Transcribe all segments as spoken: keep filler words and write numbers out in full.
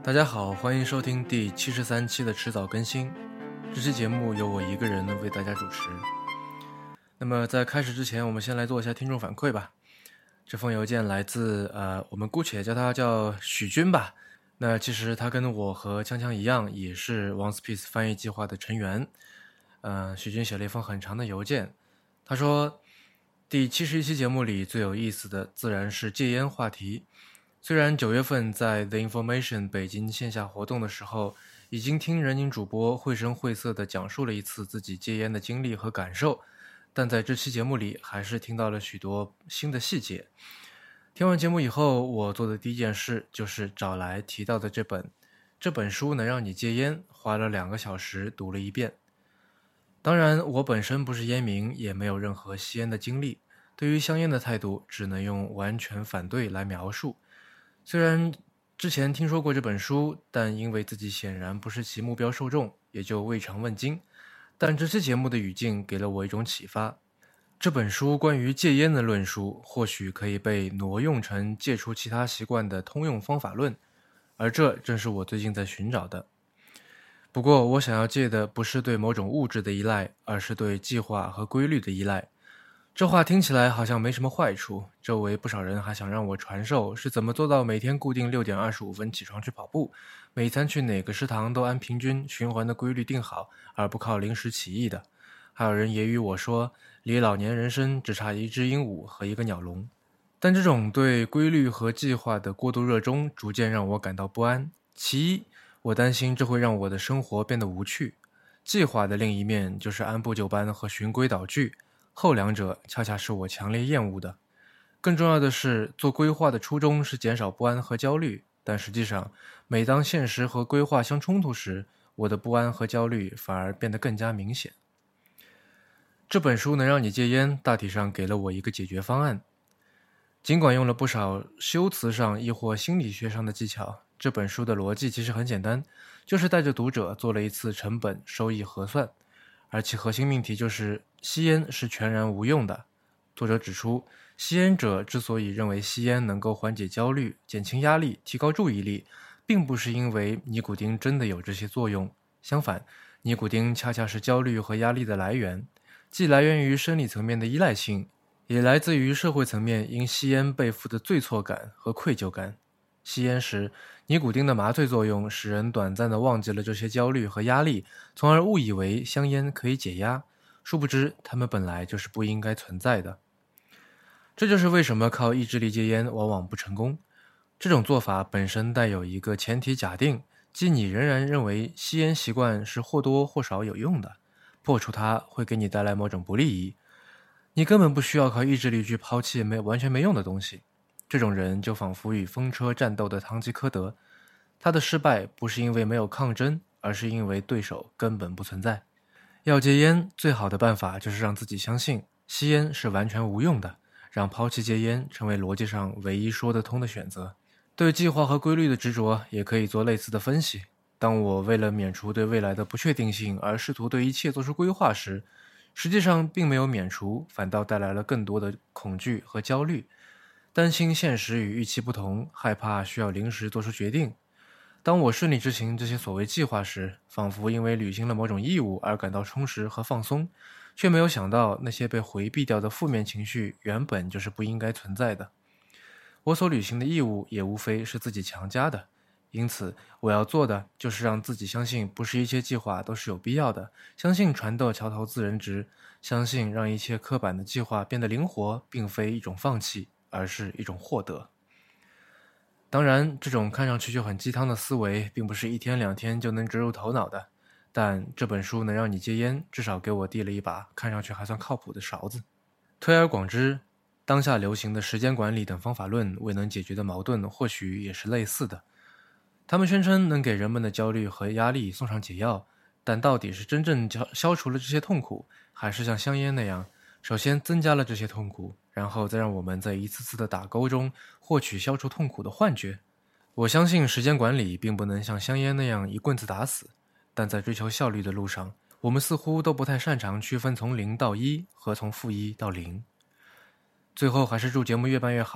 大家好，欢迎收听第七十三期的迟早更新。这期节目由我一个人为大家主持。那么在开始之前，我们先来做一下听众反馈吧。这封邮件来自呃，我们姑且叫他叫许军吧。那其实他跟我和锵锵一样，也是 OneSpace 翻译计划的成员。呃，许军写了一封很长的邮件，他说第七十一期节目里最有意思的自然是戒烟话题。虽然九月份在 The Information 北京线下活动的时候，已经听人宁主播绘声绘色地讲述了一次自己戒烟的经历和感受，但在这期节目里还是听到了许多新的细节。听完节目以后，我做的第一件事就是找来提到的这本这本书能让你戒烟，花了两个小时读了一遍。当然，我本身不是烟民，也没有任何吸烟的经历，对于香烟的态度只能用完全反对来描述。虽然之前听说过这本书，但因为自己显然不是其目标受众，也就未尝问津。但这期节目的语境给了我一种启发。这本书关于戒烟的论述，或许可以被挪用成戒除其他习惯的通用方法论，而这正是我最近在寻找的。不过我想要戒的不是对某种物质的依赖，而是对计划和规律的依赖。这话听起来好像没什么坏处，周围不少人还想让我传授是怎么做到每天固定六点二十五分起床去跑步，每餐去哪个食堂都按平均循环的规律定好，而不靠临时起意的。还有人揶揄我说，离老年人生只差一只鹦鹉和一个鸟笼。但这种对规律和计划的过度热衷，逐渐让我感到不安。其一，我担心这会让我的生活变得无趣。计划的另一面就是按部就班和循规蹈矩，后两者恰恰是我强烈厌恶的。更重要的是，做规划的初衷是减少不安和焦虑，但实际上，每当现实和规划相冲突时，我的不安和焦虑反而变得更加明显。这本书能让你戒烟，大体上给了我一个解决方案。尽管用了不少修辞上亦或心理学上的技巧，这本书的逻辑其实很简单，就是带着读者做了一次成本收益核算，而其核心命题就是吸烟是全然无用的。作者指出，吸烟者之所以认为吸烟能够缓解焦虑、减轻压力、提高注意力，并不是因为尼古丁真的有这些作用，相反，尼古丁恰恰是焦虑和压力的来源，既来源于生理层面的依赖性，也来自于社会层面因吸烟背负的罪错感和愧疚感。吸烟时，尼古丁的麻醉作用使人短暂地忘记了这些焦虑和压力，从而误以为香烟可以解压，殊不知它们本来就是不应该存在的。这就是为什么靠意志力戒烟往往不成功。这种做法本身带有一个前提假定，即你仍然认为吸烟习惯是或多或少有用的，破除它会给你带来某种不利益。你根本不需要靠意志力去抛弃没完全没用的东西。这种人就仿佛与风车战斗的堂吉诃德，他的失败不是因为没有抗争，而是因为对手根本不存在。要戒烟，最好的办法就是让自己相信吸烟是完全无用的，让抛弃戒烟成为逻辑上唯一说得通的选择。对计划和规律的执着也可以做类似的分析。当我为了免除对未来的不确定性而试图对一切做出规划时，实际上并没有免除，反倒带来了更多的恐惧和焦虑，担心现实与预期不同，害怕需要临时做出决定。当我顺利执行这些所谓计划时，仿佛因为履行了某种义务而感到充实和放松，却没有想到那些被回避掉的负面情绪原本就是不应该存在的。我所履行的义务也无非是自己强加的，因此我要做的就是让自己相信不是一切计划都是有必要的，相信船到桥头自然直，相信让一切刻板的计划变得灵活并非一种放弃，而是一种获得。当然，这种看上去就很鸡汤的思维并不是一天两天就能植入头脑的，但这本书能让你戒烟，至少给我递了一把看上去还算靠谱的勺子。推而广之，当下流行的时间管理等方法论未能解决的矛盾或许也是类似的。他们宣称能给人们的焦虑和压力送上解药，但到底是真正消除了这些痛苦，还是像香烟那样首先增加了这些痛苦，然后再让我们在一次次的打勾中获取消除痛苦的幻觉？我相信时间管理并不能像香烟那样一棍子打死，但在追求效率的路上，我们似乎都不太擅长区分从零到一和从负一到零。最后还是祝节目越办越好，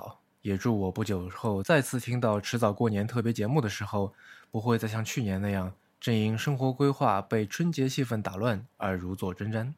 也祝我不久后再次听到迟早过年特别节目的时候，不会再像去年那样，正因生活规划被春节气氛打乱而如坐针毡。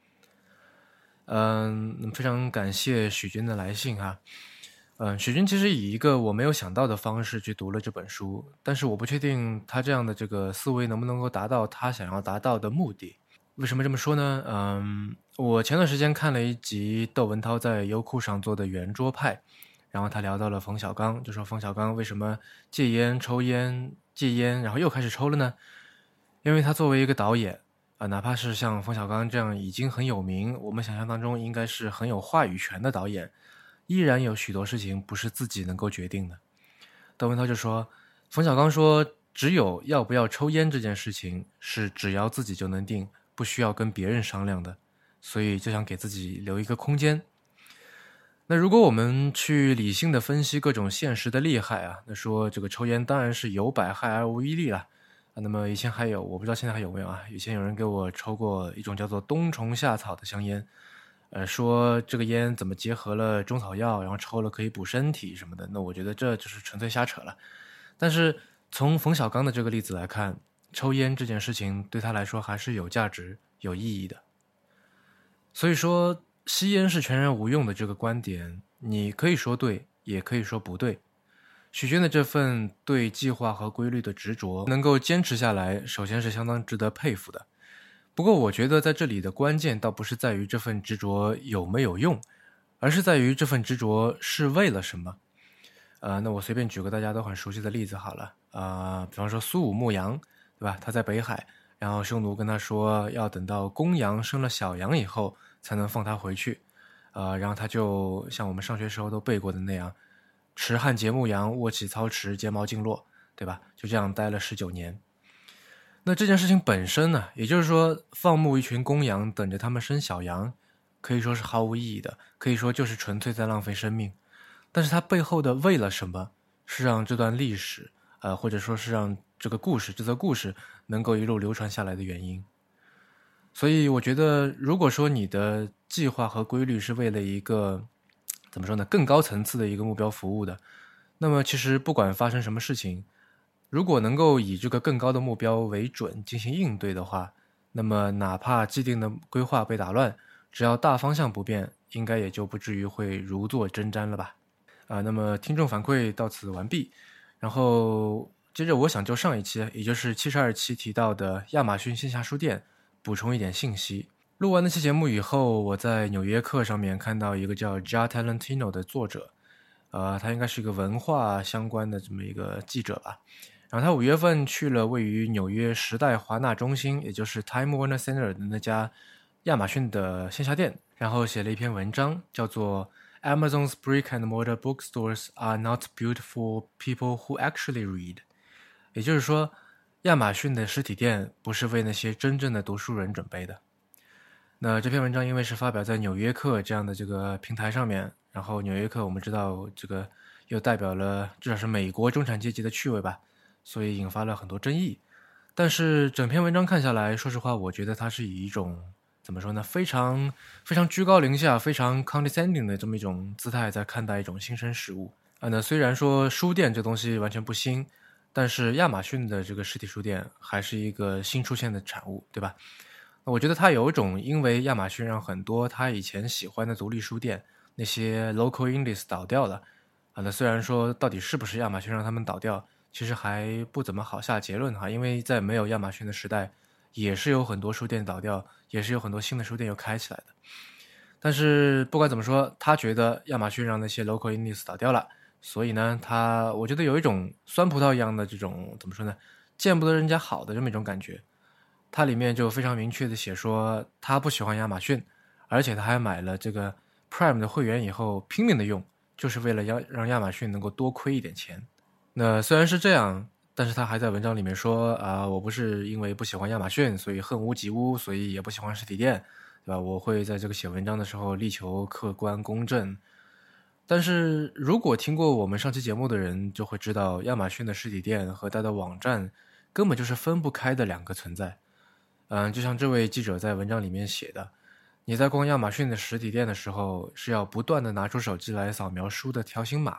嗯，非常感谢许军的来信哈。嗯，许军其实以一个我没有想到的方式去读了这本书，但是我不确定他这样的这个思维能不能够达到他想要达到的目的。为什么这么说呢？嗯，我前段时间看了一集窦文涛在优酷上做的圆桌派，然后他聊到了冯小刚，就说冯小刚为什么戒烟、抽烟、戒烟，然后又开始抽了呢？因为他作为一个导演啊，哪怕是像冯小刚这样已经很有名，我们想象当中应该是很有话语权的导演，依然有许多事情不是自己能够决定的。窦文涛就说，冯小刚说，只有要不要抽烟这件事情是只要自己就能定，不需要跟别人商量的，所以就想给自己留一个空间。那如果我们去理性的分析各种现实的利害啊，那说这个抽烟当然是有百害而无一利了啊。那么以前还有，我不知道现在还有没有啊，以前有人给我抽过一种叫做冬虫夏草的香烟，呃，说这个烟怎么结合了中草药，然后抽了可以补身体什么的，那我觉得这就是纯粹瞎扯了。但是从冯小刚的这个例子来看，抽烟这件事情对他来说还是有价值、有意义的。所以说吸烟是全然无用的这个观点，你可以说对，也可以说不对。许军的这份对计划和规律的执着能够坚持下来，首先是相当值得佩服的。不过我觉得在这里的关键倒不是在于这份执着有没有用，而是在于这份执着是为了什么。呃，那我随便举个大家都很熟悉的例子好了，呃，比方说苏武牧羊，对吧？他在北海，然后匈奴跟他说要等到公羊生了小羊以后才能放他回去，呃，然后他就像我们上学时候都背过的那样，持汉节牧羊，握起操持，睫毛尽落，对吧？就这样待了十九年。那这件事情本身呢，也就是说放牧一群公羊等着他们生小羊，可以说是毫无意义的，可以说就是纯粹在浪费生命。但是它背后的为了什么，是让这段历史呃，或者说是让这个故事这则故事能够一路流传下来的原因。所以我觉得如果说你的计划和规律是为了一个怎么说呢，更高层次的一个目标服务的，那么其实不管发生什么事情，如果能够以这个更高的目标为准进行应对的话，那么哪怕既定的规划被打乱，只要大方向不变，应该也就不至于会如坐针毡了吧。啊、呃，那么听众反馈到此完毕，然后接着我想就上一期，也就是七十二期提到的亚马逊线下书店补充一点信息。录完那期节目以后，我在纽约客上面看到一个叫 Jia Talentino 的作者，呃，他应该是一个文化相关的这么一个记者吧。然后他五月份去了位于纽约时代华纳中心，也就是 Time Warner Center 的那家亚马逊的线下店，然后写了一篇文章，叫做 Amazon's brick and mortar bookstores are not built for people who actually read。也就是说，亚马逊的实体店不是为那些真正的读书人准备的。那这篇文章因为是发表在纽约客这样的这个平台上面，然后纽约客我们知道这个又代表了至少是美国中产阶级的趣味吧，所以引发了很多争议。但是整篇文章看下来，说实话我觉得它是以一种怎么说呢，非常非常居高临下，非常 condescending 的这么一种姿态在看待一种新生事物啊。那虽然说书店这东西完全不新，但是亚马逊的这个实体书店还是一个新出现的产物，对吧？我觉得它有一种因为亚马逊让很多他以前喜欢的独立书店那些 local indies 倒掉了啊。那虽然说到底是不是亚马逊让他们倒掉，其实还不怎么好下结论哈，因为在没有亚马逊的时代，也是有很多书店倒掉，也是有很多新的书店又开起来的。但是不管怎么说，他觉得亚马逊让那些 local indies 倒掉了，所以呢，他我觉得有一种酸葡萄一样的这种怎么说呢，见不得人家好的这么一种感觉。它里面就非常明确的写说，他不喜欢亚马逊，而且他还买了这个 Prime 的会员以后拼命的用，就是为了要让亚马逊能够多亏一点钱。那虽然是这样，但是他还在文章里面说啊，我不是因为不喜欢亚马逊，所以恨屋及乌，所以也不喜欢实体店，对吧？我会在这个写文章的时候力求客观公正。但是如果听过我们上期节目的人就会知道，亚马逊的实体店和它的网站根本就是分不开的两个存在。嗯，就像这位记者在文章里面写的，你在逛亚马逊的实体店的时候，是要不断的拿出手机来扫描书的条形码，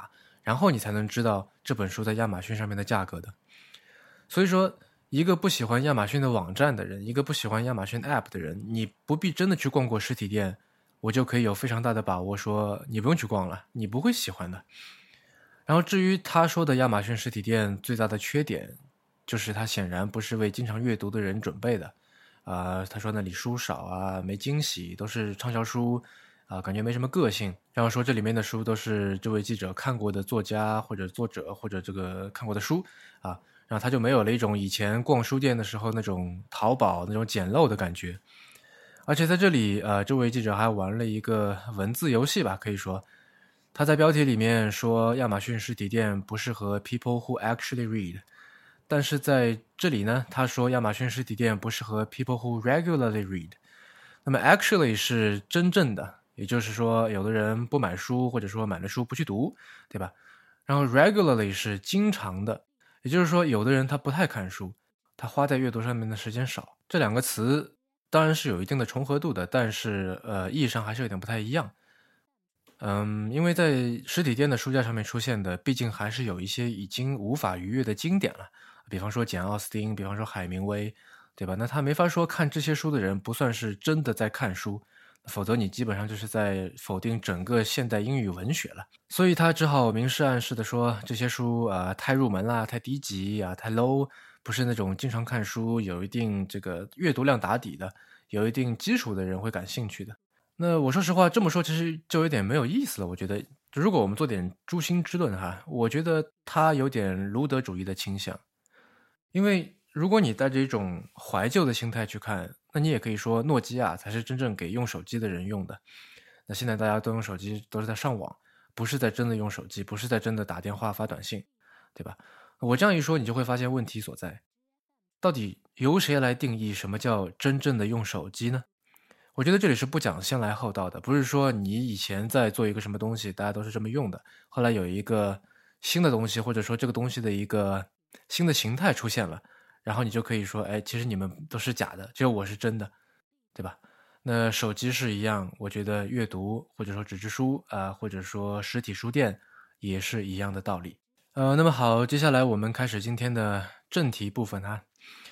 然后你才能知道这本书在亚马逊上面的价格的。所以说，一个不喜欢亚马逊的网站的人，一个不喜欢亚马逊 App 的人，你不必真的去逛过实体店，我就可以有非常大的把握说你不用去逛了，你不会喜欢的。然后至于他说的亚马逊实体店最大的缺点，就是它显然不是为经常阅读的人准备的。啊、呃，他说那里书少啊，没惊喜，都是畅销书啊、呃，感觉没什么个性。然后说这里面的书都是这位记者看过的作家或者作者或者这个看过的书啊。然后他就没有了一种以前逛书店的时候那种淘宝那种简陋的感觉。而且在这里呃，这位记者还玩了一个文字游戏吧，可以说他在标题里面说亚马逊实体店不适合 people who actually read， 但是在这里呢他说亚马逊实体店不适合 people who regularly read。 那么 actually 是真正的，也就是说有的人不买书，或者说买了书不去读，对吧？然后 regularly 是经常的，也就是说有的人他不太看书，他花在阅读上面的时间少。这两个词当然是有一定的重合度的，但是呃意义上还是有点不太一样。嗯，因为在实体店的书架上面出现的毕竟还是有一些已经无法逾越的经典了，比方说简奥斯汀，比方说海明威，对吧？那他没法说看这些书的人不算是真的在看书，否则你基本上就是在否定整个现代英语文学了。所以他只好明示暗示的说这些书啊、呃、太入门啦，太低级啊，太 low， 不是那种经常看书有一定这个阅读量打底的，有一定基础的人会感兴趣的。那我说实话这么说其实就有点没有意思了。我觉得如果我们做点诛心之论哈，我觉得他有点卢德主义的倾向。因为如果你带着一种怀旧的心态去看，那你也可以说诺基亚才是真正给用手机的人用的。那现在大家都用手机都是在上网，不是在真的用手机，不是在真的打电话发短信，对吧？我这样一说你就会发现问题所在，到底由谁来定义什么叫真正的用手机呢？我觉得这里是不讲先来后到的，不是说你以前在做一个什么东西大家都是这么用的，后来有一个新的东西，或者说这个东西的一个新的形态出现了，然后你就可以说哎，其实你们都是假的，只有我是真的，对吧？那手机是一样，我觉得阅读或者说纸质书啊、呃，或者说实体书店也是一样的道理。呃，那么好，接下来我们开始今天的正题部分哈。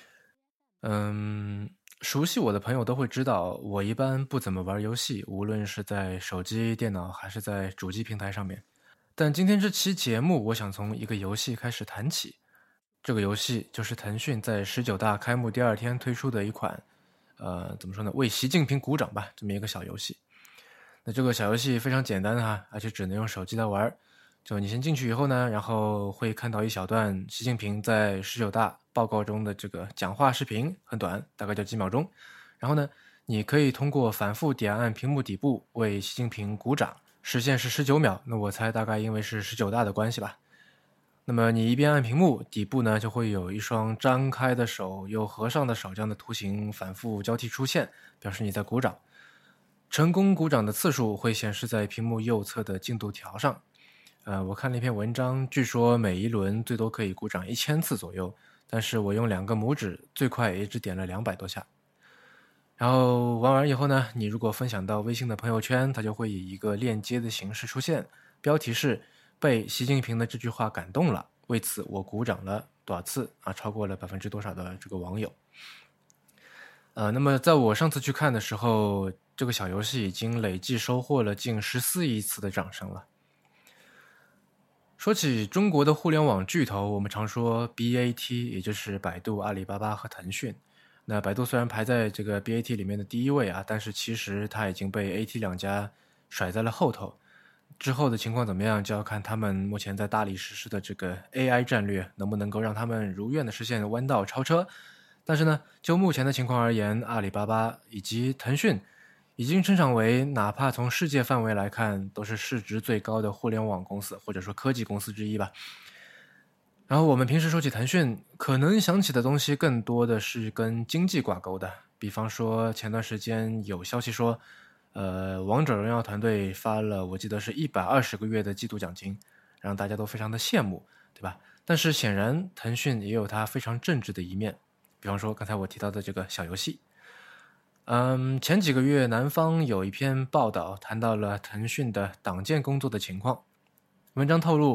嗯，熟悉我的朋友都会知道，我一般不怎么玩游戏，无论是在手机、电脑还是在主机平台上面。但今天这期节目，我想从一个游戏开始谈起。这个游戏就是腾讯在十九大开幕第二天推出的一款，呃，怎么说呢？为习近平鼓掌吧，这么一个小游戏。那这个小游戏非常简单哈，而且只能用手机来玩。就你先进去以后呢，然后会看到一小段习近平在十九大报告中的这个讲话视频，很短，大概就几秒钟。然后呢，你可以通过反复点按屏幕底部为习近平鼓掌，时限是十九秒，那我猜大概因为是十九大的关系吧。那么你一边按屏幕，底部呢就会有一双张开的手又合上的手这样的图形反复交替出现，表示你在鼓掌。成功鼓掌的次数会显示在屏幕右侧的进度条上。呃，我看了一篇文章，据说每一轮最多可以鼓掌一千次左右，但是我用两个拇指，最快也只点了两百多下。然后玩完以后呢，你如果分享到微信的朋友圈，它就会以一个链接的形式出现，标题是被习近平的这句话感动了，为此我鼓掌了多少次啊？超过了百分之多少的这个网友。呃，那么在我上次去看的时候，这个小游戏已经累计收获了近十四亿次的掌声了。说起中国的互联网巨头，我们常说 B A T， 也就是百度、阿里巴巴和腾讯。那百度虽然排在这个 B A T 里面的第一位啊，但是其实它已经被 A T 两家甩在了后头。之后的情况怎么样，就要看他们目前在大力实施的这个 A I 战略能不能够让他们如愿的实现弯道超车。但是呢，就目前的情况而言，阿里巴巴以及腾讯已经成长为哪怕从世界范围来看都是市值最高的互联网公司，或者说科技公司之一吧。然后我们平时说起腾讯，可能想起的东西更多的是跟经济挂钩的，比方说前段时间有消息说呃，王者荣耀团队发了我记得是一百二十个月的季度奖金，让大家都非常的羡慕，对吧？但是显然腾讯也有它非常正直的一面，比方说刚才我提到的这个小游戏。嗯，前几个月南方有一篇报道谈到了腾讯的党建工作的情况。文章透露，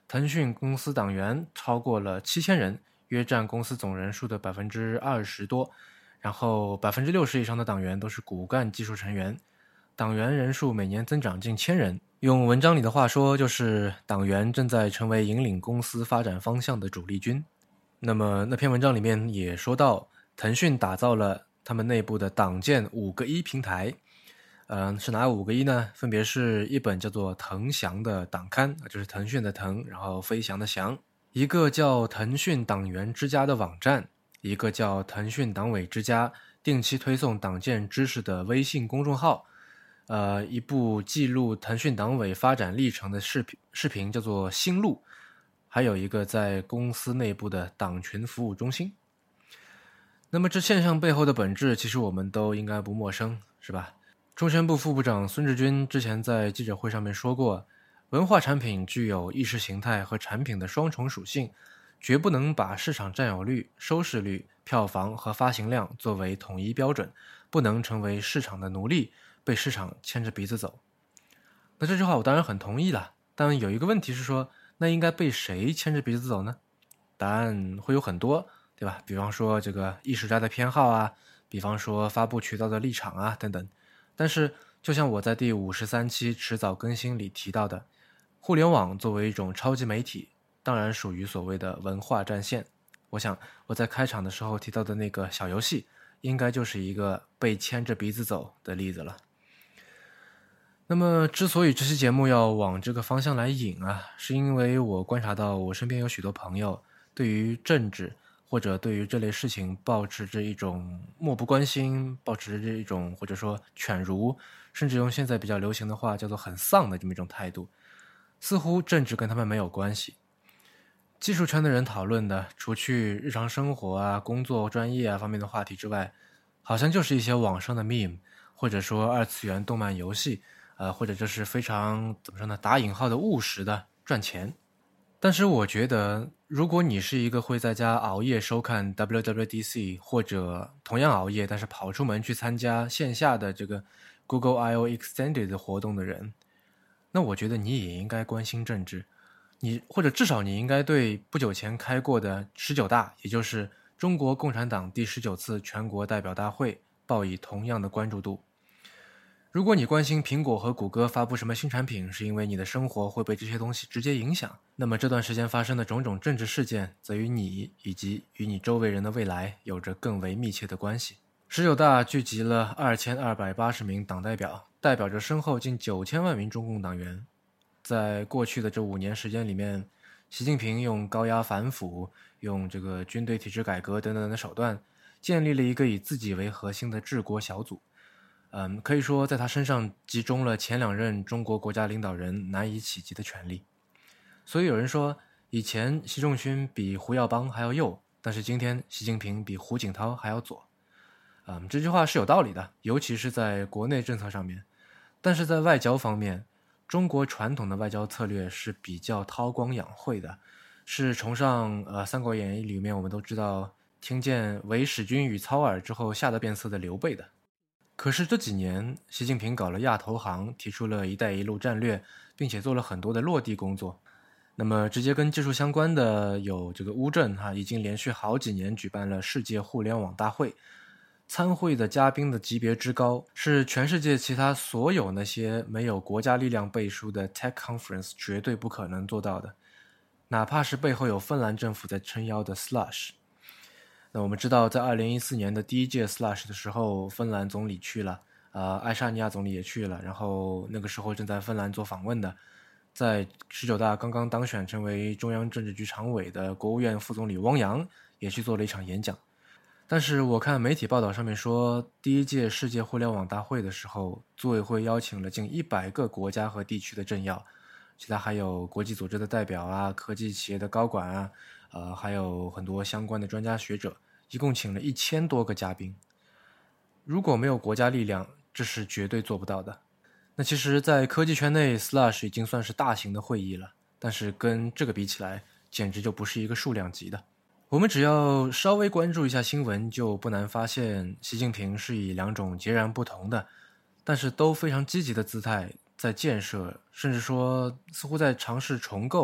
腾讯公司党员超过了七千人，约占公司总人数的百分之二十多，然后百分之六十以上的党员都是骨干技术成员，党员人数每年增长近千人。用文章里的话说，就是党员正在成为引领公司发展方向的主力军。那么那篇文章里面也说到，腾讯打造了他们内部的党建五个一平台。嗯、呃，是哪五个一呢？分别是一本叫做腾翔的党刊，就是腾讯的腾，然后飞翔的翔；一个叫腾讯党员之家的网站；一个叫腾讯党委之家，定期推送党建知识的微信公众号；呃，一部记录腾讯党委发展历程的视频，视频叫做新路；还有一个在公司内部的党群服务中心。那么这现象背后的本质，其实我们都应该不陌生，是吧？中宣部副部长孙志军之前在记者会上面说过，文化产品具有意识形态和产品的双重属性，绝不能把市场占有率、收视率、票房和发行量作为统一标准，不能成为市场的奴隶，被市场牵着鼻子走。那这句话我当然很同意了，但有一个问题是说，那应该被谁牵着鼻子走呢？答案会有很多，对吧？比方说这个艺术家的偏好啊，比方说发布渠道的立场啊，等等。但是就像我在第五十三期迟早更新里提到的，互联网作为一种超级媒体，当然属于所谓的文化战线。我想我在开场的时候提到的那个小游戏，应该就是一个被牵着鼻子走的例子了。那么之所以这期节目要往这个方向来引啊，是因为我观察到我身边有许多朋友对于政治或者对于这类事情抱持着一种漠不关心，抱持着一种或者说犬儒，甚至用现在比较流行的话叫做很丧的这么一种态度，似乎政治跟他们没有关系。技术圈的人讨论的，除去日常生活啊、工作、专业啊方面的话题之外，好像就是一些网上的 meme， 或者说二次元动漫游戏，呃，或者就是非常怎么说呢，打引号的务实的赚钱。但是我觉得，如果你是一个会在家熬夜收看 W W D C， 或者同样熬夜但是跑出门去参加线下的这个 Google I O Extended 的活动的人，那我觉得你也应该关心政治，你或者至少你应该对不久前开过的十九大，也就是中国共产党第十九次全国代表大会，抱以同样的关注度。如果你关心苹果和谷歌发布什么新产品是因为你的生活会被这些东西直接影响，那么这段时间发生的种种政治事件则与你以及与你周围人的未来有着更为密切的关系。十九大聚集了二千二百八十名党代表，代表着身后近九千万名中共党员。在过去的这五年时间里面，习近平用高压反腐，用这个军队体制改革等等的手段，建立了一个以自己为核心的治国小组。嗯，可以说在他身上集中了前两任中国国家领导人难以企及的权力。所以有人说，以前习仲勋比胡耀邦还要右，但是今天习近平比胡锦涛还要左。嗯，这句话是有道理的，尤其是在国内政策上面。但是在外交方面，中国传统的外交策略是比较韬光养晦的，是崇尚呃《三国演义》里面我们都知道听见唯使君与操耳之后吓得变色的刘备的。可是这几年，习近平搞了亚投行，提出了一带一路战略，并且做了很多的落地工作。那么直接跟技术相关的有这个乌镇哈，已经连续好几年举办了世界互联网大会，参会的嘉宾的级别之高，是全世界其他所有那些没有国家力量背书的 Tech Conference 绝对不可能做到的，哪怕是背后有芬兰政府在撑腰的 Slush。那我们知道，在二零一四年的第一届 Slush 的时候，芬兰总理去了，呃，爱沙尼亚总理也去了，然后那个时候正在芬兰做访问的，在十九大刚刚当选成为中央政治局常委的国务院副总理汪洋也去做了一场演讲。但是我看媒体报道上面说，第一届世界互联网大会的时候，组委会邀请了近一百个国家和地区的政要，其他还有国际组织的代表啊，科技企业的高管啊，呃，还有很多相关的专家学者，一共请了一千多个嘉宾。如果没有国家力量，这是绝对做不到的。那其实在科技圈内 Slush 已经算是大型的会议了，但是跟这个比起来，简直就不是一个数量级的。我们只要稍微关注一下新闻，就不难发现习近平是以两种截然不同的，但是都非常积极的姿态在建设，甚至说似乎在尝试重构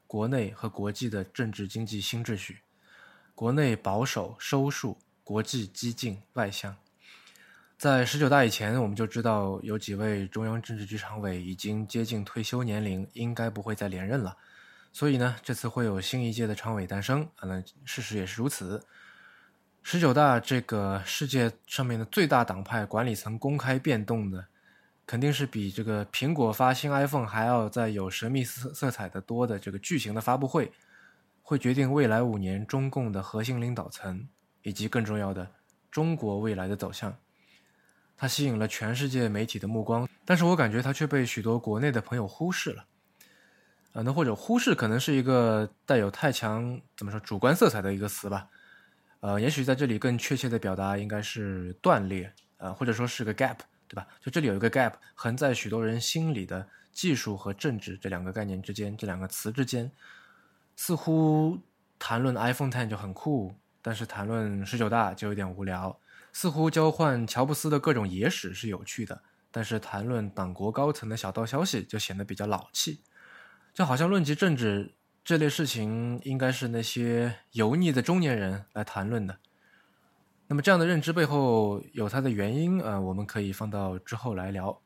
国内和国际的政治经济新秩序。国内保守收束，国际激进外向。在十九大以前，我们就知道有几位中央政治局常委已经接近退休年龄，应该不会再连任了。所以呢，这次会有新一届的常委诞生，啊，那事实也是如此。十九大这个世界上面的最大党派管理层公开变动的，肯定是比这个苹果发新 iPhone 还要再有神秘色色彩的多的这个巨型的发布会，会决定未来五年中共的核心领导层，以及更重要的中国未来的走向。它吸引了全世界媒体的目光，但是我感觉它却被许多国内的朋友忽视了。呃，那或者忽视可能是一个带有太强怎么说主观色彩的一个词吧。呃，也许在这里更确切的表达应该是断裂，呃，或者说是个 gap， 对吧？就这里有一个 gap， 横在许多人心里的技术和政治这两个概念之间，这两个词之间，似乎谈论 iPhone X 就很酷，但是谈论十九大就有点无聊。似乎交换乔布斯的各种野史是有趣的，但是谈论党国高层的小道消息就显得比较老气。就好像论及政治这类事情应该是那些油腻的中年人来谈论的。那么这样的认知背后有它的原因，呃，我们可以放到之后来聊。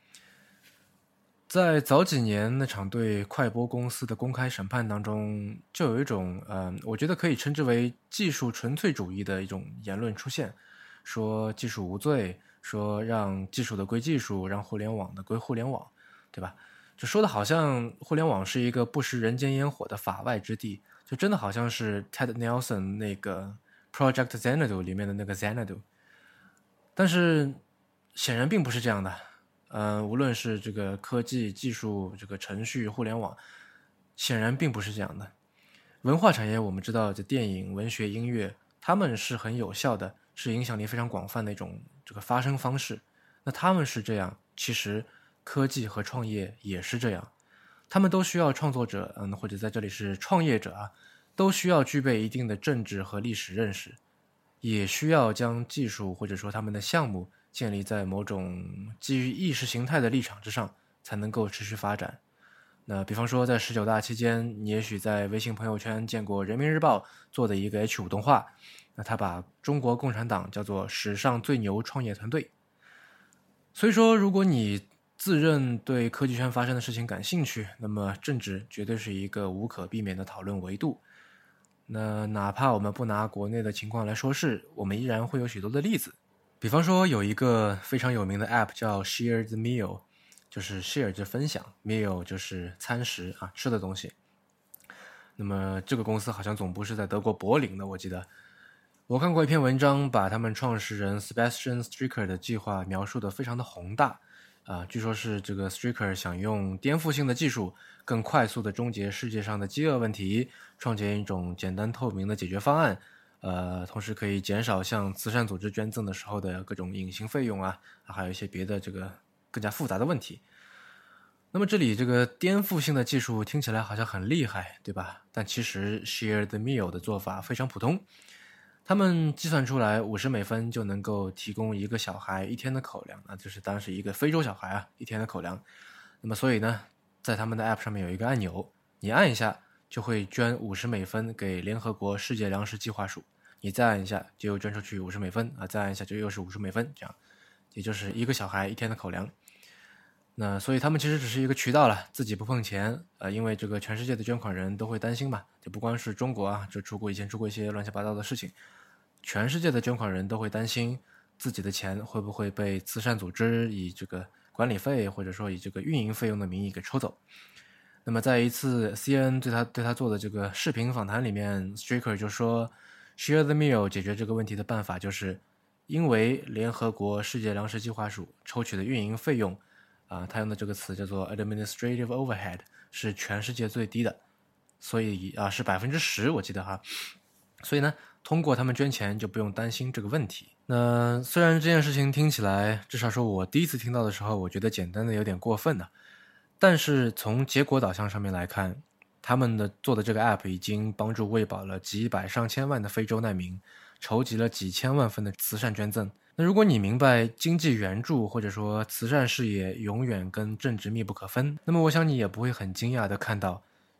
在早几年那场对快播公司的公开审判当中，就有一种呃，我觉得可以称之为技术纯粹主义的一种言论出现，说技术无罪，说让技术的归技术，让互联网的归互联网，对吧？就说的好像互联网是一个不食人间烟火的法外之地，就真的好像是 Ted Nelson 那个 Project Xanadu 里面的那个 Xanadu。但是显然并不是这样的。呃，无论是这个科技、技术、这个程序、互联网，显然并不是这样的。文化产业我们知道，这电影、文学、音乐，他们是很有效的，是影响力非常广泛的一种这个发声方式。那他们是这样，其实科技和创业也是这样，他们都需要创作者，嗯，或者在这里是创业者啊，都需要具备一定的政治和历史认识，也需要将技术或者说他们的项目建立在某种基于意识形态的立场之上，才能够持续发展。那比方说在十九大期间，你也许在微信朋友圈见过人民日报做的一个 H 五 动画，那他把中国共产党叫做史上最牛创业团队。所以说，如果你自认对科技圈发生的事情感兴趣，那么政治绝对是一个无可避免的讨论维度。那哪怕我们不拿国内的情况来说事，我们依然会有许多的例子。比方说有一个非常有名的 app 叫 Share the Meal， 就是 share 就分享， meal 就是餐食啊，吃的东西。那么这个公司好像总部是在德国柏林的，我记得我看过一篇文章，把他们创始人 Sebastian Stricker 的计划描述得非常的宏大啊，据说是这个 Stricker 想用颠覆性的技术更快速地终结世界上的饥饿问题，创建一种简单透明的解决方案，呃，同时可以减少向慈善组织捐赠的时候的各种隐形费用啊，还有一些别的这个更加复杂的问题。那么这里这个颠覆性的技术听起来好像很厉害，对吧？但其实 Share the Meal 的做法非常普通，他们计算出来五十美分就能够提供一个小孩一天的口粮，那就是当然是一个非洲小孩啊一天的口粮。那么所以呢，在他们的 app 上面有一个按钮，你按一下就会捐五十美分给联合国世界粮食计划署，你再按一下就又捐出去五十美分啊，再按一下就又是五十美分，这样也就是一个小孩一天的口粮。那所以他们其实只是一个渠道了，自己不碰钱，呃，因为这个全世界的捐款人都会担心嘛，就不光是中国啊，就出过以前出过一些乱七八糟的事情，全世界的捐款人都会担心自己的钱会不会被慈善组织以这个管理费或者说以这个运营费用的名义给抽走。那么在一次 C N N 对他对他做的这个视频访谈里面 Stricker 就说 Share the Meal 解决这个问题的办法就是因为联合国世界粮食计划署抽取的运营费用啊，他用的这个词叫做 administrative overhead 是全世界最低的，所以啊是 百分之十 我记得哈，所以呢通过他们捐钱就不用担心这个问题。那虽然这件事情听起来至少说我第一次听到的时候我觉得简单的有点过分的，但是从结果导向上面来看，他们的做的这个 app 已经帮助喂饱了几百上千万的非洲难民，筹集了几千万份的慈善捐赠。那如果你明白经济援助或者说慈善事业永远跟政治密不可分，那么我想你也不会很惊讶的看到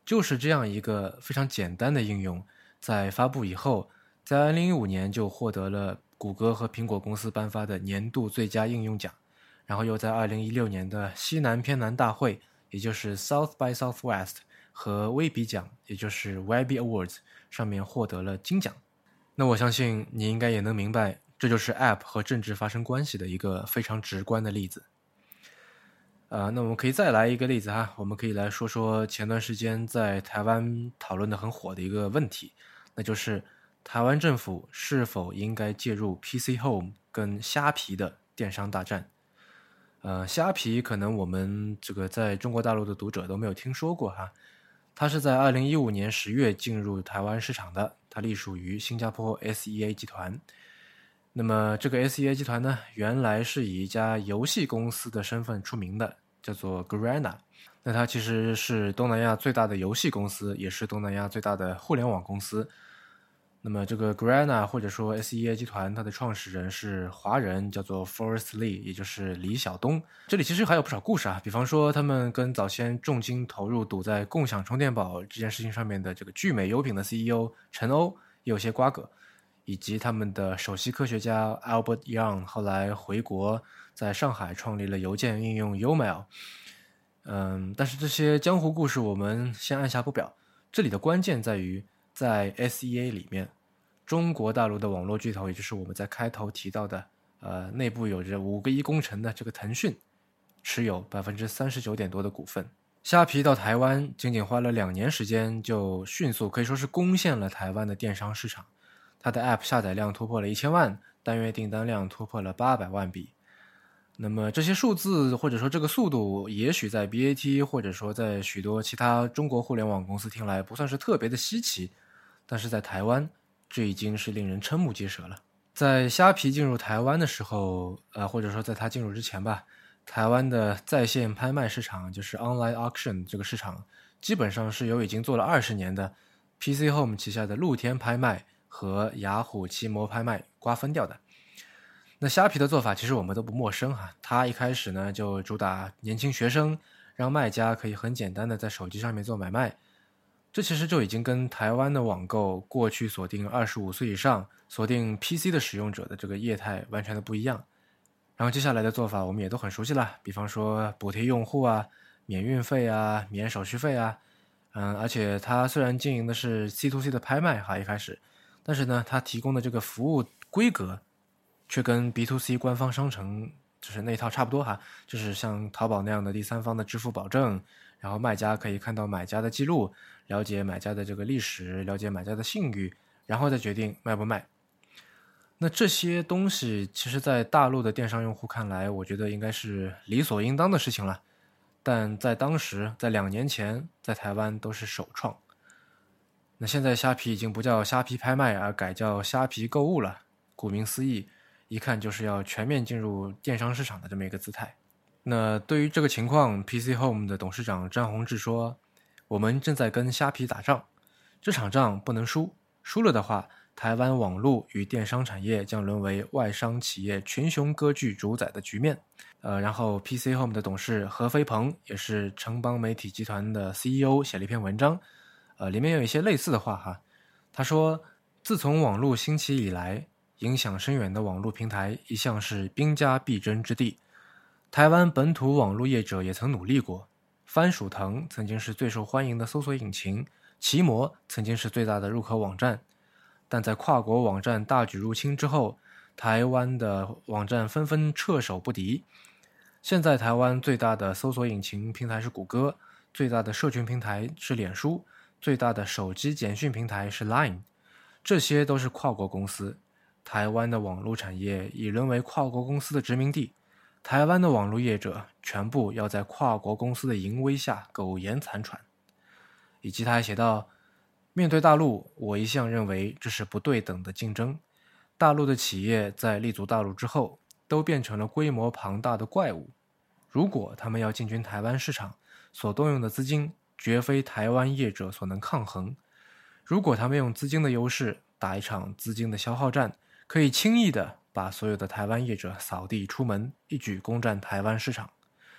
就是这样一个非常简单的应用，在发布以后，在二零一五年就获得了谷歌和苹果公司颁发的年度最佳应用奖，然后又在二零一六年的西南偏南大会，也就是 South by Southwest 和威比奖，也就是 Webby Awards 上面获得了金奖。那我相信你应该也能明白，这就是 App 和政治发生关系的一个非常直观的例子。呃，那我们可以再来一个例子哈，我们可以来说说前段时间在台湾讨论的很火的一个问题，那就是台湾政府是否应该介入 P C Home 跟虾皮的电商大战。呃，虾皮可能我们这个在中国大陆的读者都没有听说过哈，它是在二零一五年十月进入台湾市场的，它隶属于新加坡 S E A 集团。那么这个 S E A 集团呢，原来是以一家游戏公司的身份出名的，叫做 Garena。那它其实是东南亚最大的游戏公司，也是东南亚最大的互联网公司。那么这个 Garena 或者说 S E A 集团，它的创始人是华人，叫做 Forrest Li， 也就是李晓东。这里其实还有不少故事啊，比方说他们跟早先重金投入赌在共享充电宝这件事情上面的这个聚美优品的 C E O 陈欧也有些瓜葛，以及他们的首席科学家 Albert Young 后来回国，在上海创立了邮件应用 Yomail。嗯，但是这些江湖故事我们先按下不表，这里的关键在于在 S E A 里面，中国大陆的网络巨头，也就是我们在开头提到的呃，内部有着五个亿工程的这个腾讯，持有 百分之三十九点多的股份。虾皮到台湾仅仅花了两年时间，就迅速可以说是攻陷了台湾的电商市场。它的 App 下载量突破了一千万，单月订单量突破了八百万笔。那么这些数字或者说这个速度，也许在 B A T 或者说在许多其他中国互联网公司听来不算是特别的稀奇，但是在台湾这已经是令人瞠目结舌了。在虾皮进入台湾的时候，呃，或者说在它进入之前吧，台湾的在线拍卖市场，就是 Online Auction 这个市场，基本上是由已经做了二十年的 P C Home 旗下的露天拍卖和雅虎奇摩拍卖瓜分掉的。那虾皮的做法其实我们都不陌生哈，它一开始呢就主打年轻学生，让卖家可以很简单的在手机上面做买卖。这其实就已经跟台湾的网购过去锁定二十五岁以上、锁定 P C 的使用者的这个业态完全的不一样。然后接下来的做法我们也都很熟悉了，比方说补贴用户啊、免运费啊、免手续费啊，嗯，而且它虽然经营的是 C to C 的拍卖哈，一开始，但是呢，它提供的这个服务规格却跟 B to C 官方商城就是那一套差不多哈，就是像淘宝那样的第三方的支付保证，然后卖家可以看到买家的记录，了解买家的这个历史，了解买家的信誉，然后再决定卖不卖。那这些东西其实在大陆的电商用户看来，我觉得应该是理所应当的事情了，但在当时，在两年前，在台湾都是首创。那现在虾皮已经不叫虾皮拍卖，而改叫虾皮购物了，顾名思义，一看就是要全面进入电商市场的这么一个姿态。那对于这个情况 P C Home 的董事长张宏志说，我们正在跟虾皮打仗，这场仗不能输，输了的话，台湾网络与电商产业将沦为外商企业群雄割据主宰的局面。呃，然后 P C Home 的董事何飞鹏也是城邦媒体集团的 C E O， 写了一篇文章，呃，里面有一些类似的话哈。他说，自从网络兴起以来，影响深远的网络平台一向是兵家必争之地。台湾本土网络业者也曾努力过，番薯藤曾经是最受欢迎的搜索引擎，奇摩曾经是最大的入口网站，但在跨国网站大举入侵之后，台湾的网站纷纷撤手不敌。现在台湾最大的搜索引擎平台是谷歌，最大的社群平台是脸书，最大的手机简讯平台是 Line， 这些都是跨国公司。台湾的网络产业已沦为跨国公司的殖民地，台湾的网络业者全部要在跨国公司的淫威下苟延残喘。以及他还写道，面对大陆，我一向认为这是不对等的竞争。大陆的企业在立足大陆之后，都变成了规模庞大的怪物。如果他们要进军台湾市场，所动用的资金绝非台湾业者所能抗衡。如果他们用资金的优势打一场资金的消耗战，可以轻易的把所有的台湾业者扫地出门，一举攻占台湾市场。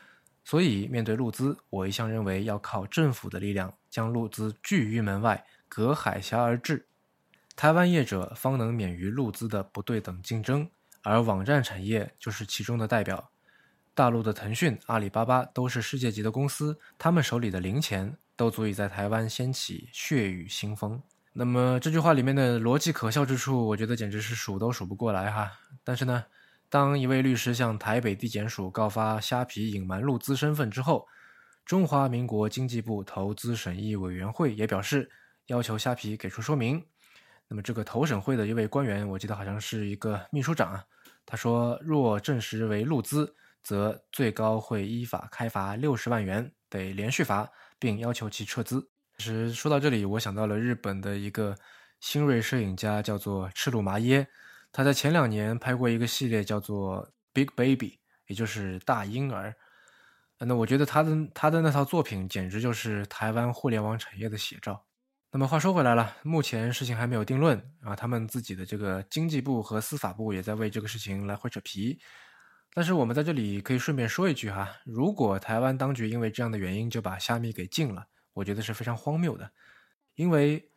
所以面对陆资，我一向认为要靠政府的力量将陆资拒于门外，隔海峡而治，台湾业者方能免于陆资的不对等竞争，而网站产业就是其中的代表。大陆的腾讯、阿里巴巴都是世界级的公司，他们手里的零钱都足以在台湾掀起血雨腥风。那么这句话里面的逻辑可笑之处，我觉得简直是数都数不过来哈。但是呢，当一位律师向台北地检署告发虾皮隐瞒陆资身份之后，中华民国经济部投资审议委员会也表示要求虾皮给出说明。那么这个投审会的一位官员，我记得好像是一个秘书长啊，他说若证实为陆资，则最高会依法开罚六十万元，得连续罚，并要求其撤资。其实说到这里，我想到了日本的一个新锐摄影家，叫做赤鹿麻耶，他在前两年拍过一个系列叫做 Big Baby， 也就是大婴儿。那我觉得他的他的那套作品简直就是台湾互联网产业的写照。那么话说回来了，目前事情还没有定论啊，他们自己的这个经济部和司法部也在为这个事情来回扯皮。但是我们在这里可以顺便说一句哈，如果台湾当局因为这样的原因就把虾米给禁了，我觉得是非常荒谬的。因为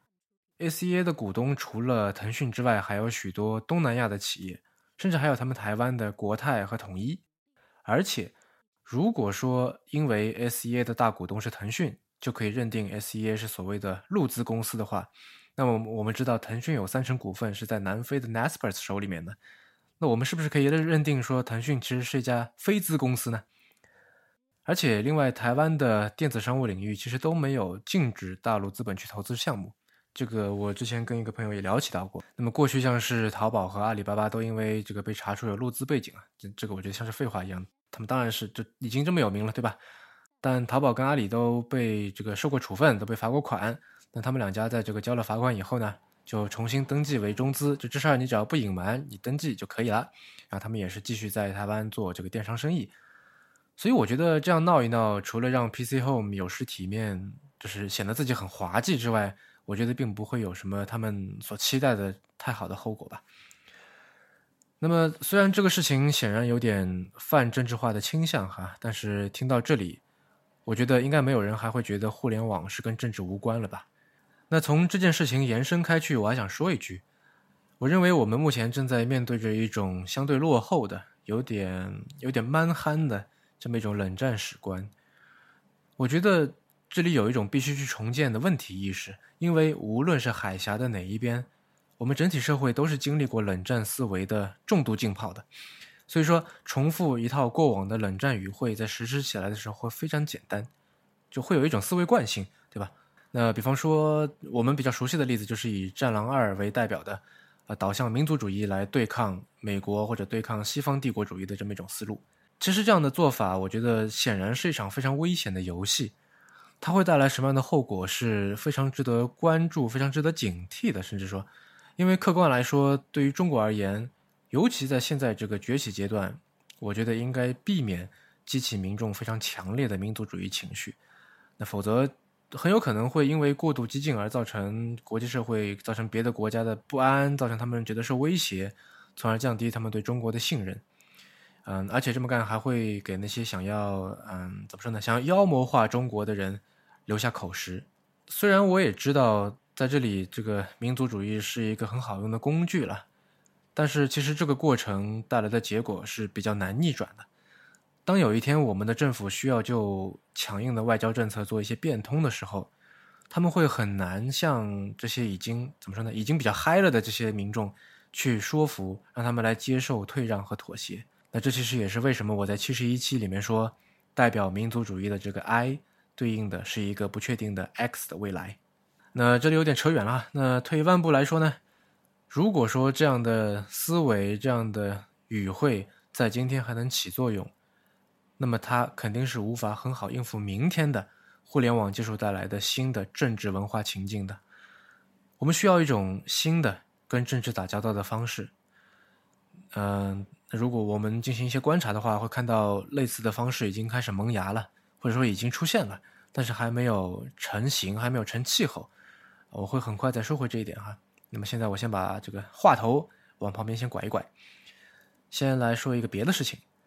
S E A 的股东除了腾讯之外，还有许多东南亚的企业，甚至还有他们台湾的国泰和统一。而且如果说因为 S E A 的大股东是腾讯，就可以认定 S E A 是所谓的陆资公司的话，那么我们知道腾讯有三成股份是在南非的 Naspers 手里面的，那我们是不是可以认定说腾讯其实是一家非资公司呢？而且另外台湾的电子商务领域其实都没有禁止大陆资本去投资项目，这个我之前跟一个朋友也聊起到过。那么过去像是淘宝和阿里巴巴都因为这个被查出有陆资背景啊，这这个我觉得像是废话一样，他们当然是就已经这么有名了，对吧？但淘宝跟阿里都被这个受过处分，都被罚过款，那他们两家在这个交了罚款以后呢，就重新登记为中资，就这事儿你只要不隐瞒，你登记就可以了。然后他们也是继续在台湾做这个电商生意。所以我觉得这样闹一闹，除了让 P C Home 有失体面，就是显得自己很滑稽之外，我觉得并不会有什么他们所期待的太好的后果吧。那么虽然这个事情显然有点泛政治化的倾向哈，但是听到这里，我觉得应该没有人还会觉得互联网是跟政治无关了吧。那从这件事情延伸开去，我还想说一句，我认为我们目前正在面对着一种相对落后的有点有点蛮憨的这么一种冷战史观。我觉得这里有一种必须去重建的问题意识，因为无论是海峡的哪一边，我们整体社会都是经历过冷战思维的重度浸泡的，所以说重复一套过往的冷战语汇在实施起来的时候会非常简单，就会有一种思维惯性，对吧？那比方说我们比较熟悉的例子就是以战狼二为代表的呃，导向民族主义来对抗美国或者对抗西方帝国主义的这么一种思路。其实这样的做法我觉得显然是一场非常危险的游戏，它会带来什么样的后果是非常值得关注非常值得警惕的。甚至说因为客观来说，对于中国而言，尤其在现在这个崛起阶段，我觉得应该避免激起民众非常强烈的民族主义情绪，那否则很有可能会因为过度激进而造成国际社会造成别的国家的不安，造成他们觉得受威胁，从而降低他们对中国的信任。嗯，而且这么干还会给那些想要嗯怎么说呢，想要妖魔化中国的人留下口实。虽然我也知道在这里这个民族主义是一个很好用的工具了，但是其实这个过程带来的结果是比较难逆转的。当有一天我们的政府需要就强硬的外交政策做一些变通的时候，他们会很难向这些已经怎么说呢，已经比较嗨了的这些民众去说服，让他们来接受退让和妥协。那这其实也是为什么我在七十一期里面说，代表民族主义的这个 I 对应的是一个不确定的 X 的未来。那这里有点扯远了，那退一万步来说呢，如果说这样的思维这样的语汇在今天还能起作用，那么它肯定是无法很好应付明天的互联网技术带来的新的政治文化情境的。我们需要一种新的跟政治打交道的方式。嗯、呃，如果我们进行一些观察的话，会看到类似的方式已经开始萌芽了，或者说已经出现了，但是还没有成型，还没有成气候。我会很快再说回这一点哈。那么现在我先把这个话头往旁边先拐一拐，先来说一个别的事情。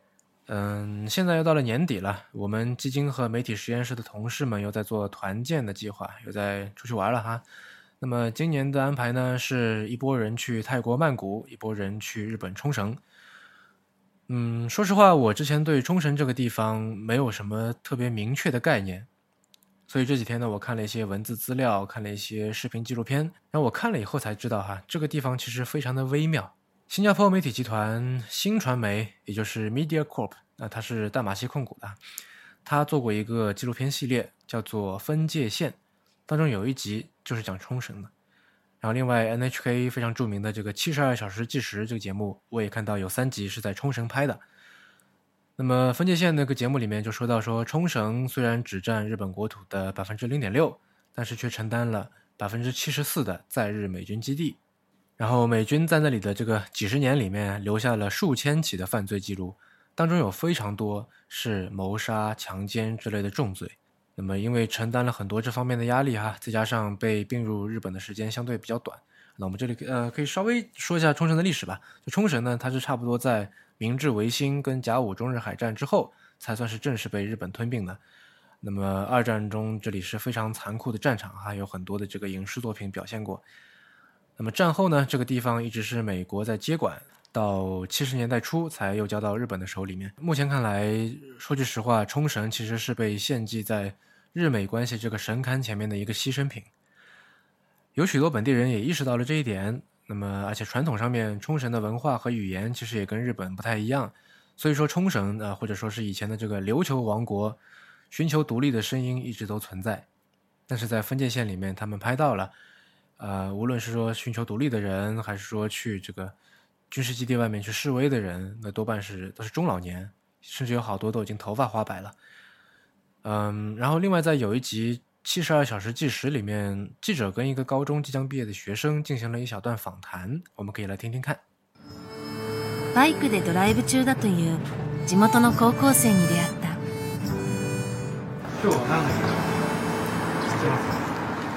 嗯，现在又到了年底了，我们基金和媒体实验室的同事们又在做团建的计划，又在出去玩了哈。那么今年的安排呢，是一波人去泰国曼谷，一波人去日本冲绳。嗯，说实话，我之前对冲绳这个地方没有什么特别明确的概念，所以这几天呢，我看了一些文字资料，看了一些视频纪录片，然后我看了以后才知道哈，这个地方其实非常的微妙。新加坡媒体集团新传媒，也就是 Media Corp， 那它是淡马锡控股的，它做过一个纪录片系列，叫做《分界线》，当中有一集就是讲冲绳的。然后另外 N H K 非常著名的这个七十二小时计时这个节目，我也看到有三集是在冲绳拍的。那么分界线那个节目里面就说到说，冲绳虽然只占日本国土的 百分之零点六， 但是却承担了 百分之七十四 的在日美军基地。然后美军在那里的这个几十年里面留下了数千起的犯罪记录，当中有非常多是谋杀、强奸之类的重罪。那么因为承担了很多这方面的压力哈，再加上被并入日本的时间相对比较短，那我们这里呃可以稍微说一下冲绳的历史吧。就冲绳呢，它是差不多在明治维新跟甲午中日海战之后才算是正式被日本吞并的。那么二战中这里是非常残酷的战场哈，有很多的这个影视作品表现过。那么战后呢，这个地方一直是美国在接管，到七十年代初才又交到日本的手里面。目前看来，说句实话，冲绳其实是被献祭在日美关系这个神龛前面的一个牺牲品。有许多本地人也意识到了这一点，那么而且传统上面冲绳的文化和语言其实也跟日本不太一样，所以说冲绳呃或者说是以前的这个琉球王国寻求独立的声音一直都存在。但是在分界线里面他们拍到了呃，无论是说寻求独立的人，还是说去这个军事基地外面去示威的人，那多半是都是中老年，甚至有好多都已经头发花白了。嗯，然后另外在有一集七十二小时计时里面，记者跟一个高中即将毕业的学生进行了一小段访谈，我们可以来听听看。 バイクでドライブ中だという地元の高校生に出会った。 今日は何の日知ってますか？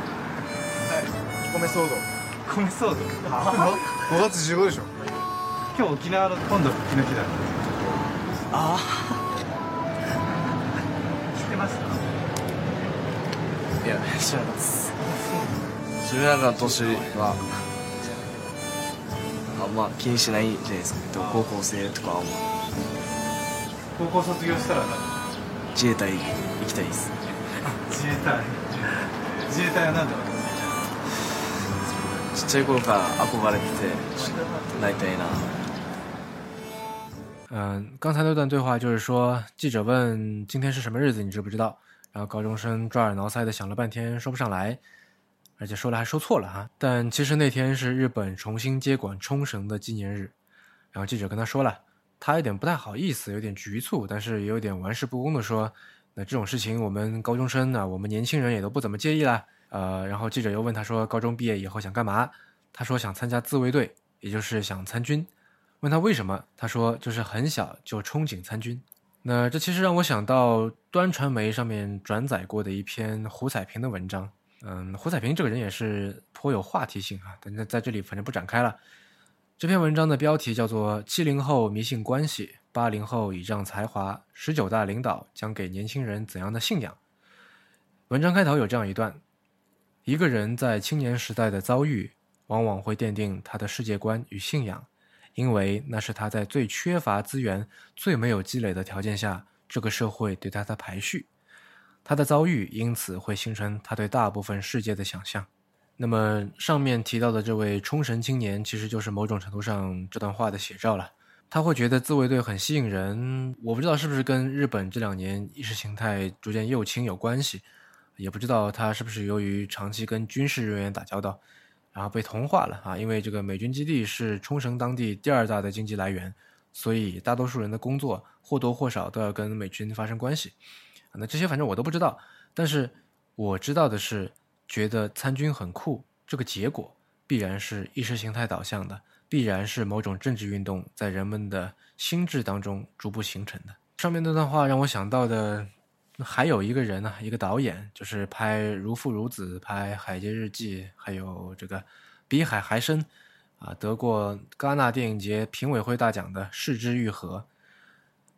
米騒動米騒動ごがつじゅうごでしょ。 今日沖縄の今度復帰の日だ。 あ知ってました？ あいや知らなかったです知らなかった年はあんま気にしないじゃないですか。でも高校生とかはもう高校卒業したら何？ 自衛隊行きたいです。 自衛隊自衛隊は何だろう？ ちっちゃい頃から憧れててなりたいな。 嗯，刚才那段对话就是说，记者问今天是什么日子，你知不知道？然后高中生抓耳挠腮的想了半天说不上来，而且说了还说错了哈。但其实那天是日本重新接管冲绳的纪念日。然后记者跟他说了，他有点不太好意思，有点局促，但是也有点玩世不恭的说，那这种事情我们高中生呢，我们年轻人也都不怎么介意啦。呃，然后记者又问他说，高中毕业以后想干嘛？他说想参加自卫队，也就是想参军。问他为什么？他说就是很小就憧憬参军。那这其实让我想到端传媒上面转载过的一篇胡彩萍的文章。嗯，胡彩萍这个人也是颇有话题性啊，但是在这里反正不展开了。这篇文章的标题叫做七零后迷信关系，八零后倚仗才华，十九大领导将给年轻人怎样的信仰？文章开头有这样一段：一个人在青年时代的遭遇往往会奠定他的世界观与信仰，因为那是他在最缺乏资源、最没有积累的条件下，这个社会对他的排序。他的遭遇因此会形成他对大部分世界的想象。那么上面提到的这位冲绳青年，其实就是某种程度上这段话的写照了。他会觉得自卫队很吸引人，我不知道是不是跟日本这两年意识形态逐渐右倾有关系，也不知道他是不是由于长期跟军事人员打交道，然后被同化了啊。因为这个美军基地是冲绳当地第二大的经济来源，所以大多数人的工作或多或少都要跟美军发生关系。那这些反正我都不知道，但是我知道的是，觉得参军很酷，这个结果必然是意识形态导向的，必然是某种政治运动在人们的心智当中逐步形成的。上面那段话让我想到的还有一个人呢、啊，一个导演，就是拍《如父如子》、拍《海街日记》，还有这个《比海还深》啊，得过戛纳电影节评委会大奖的是枝裕和。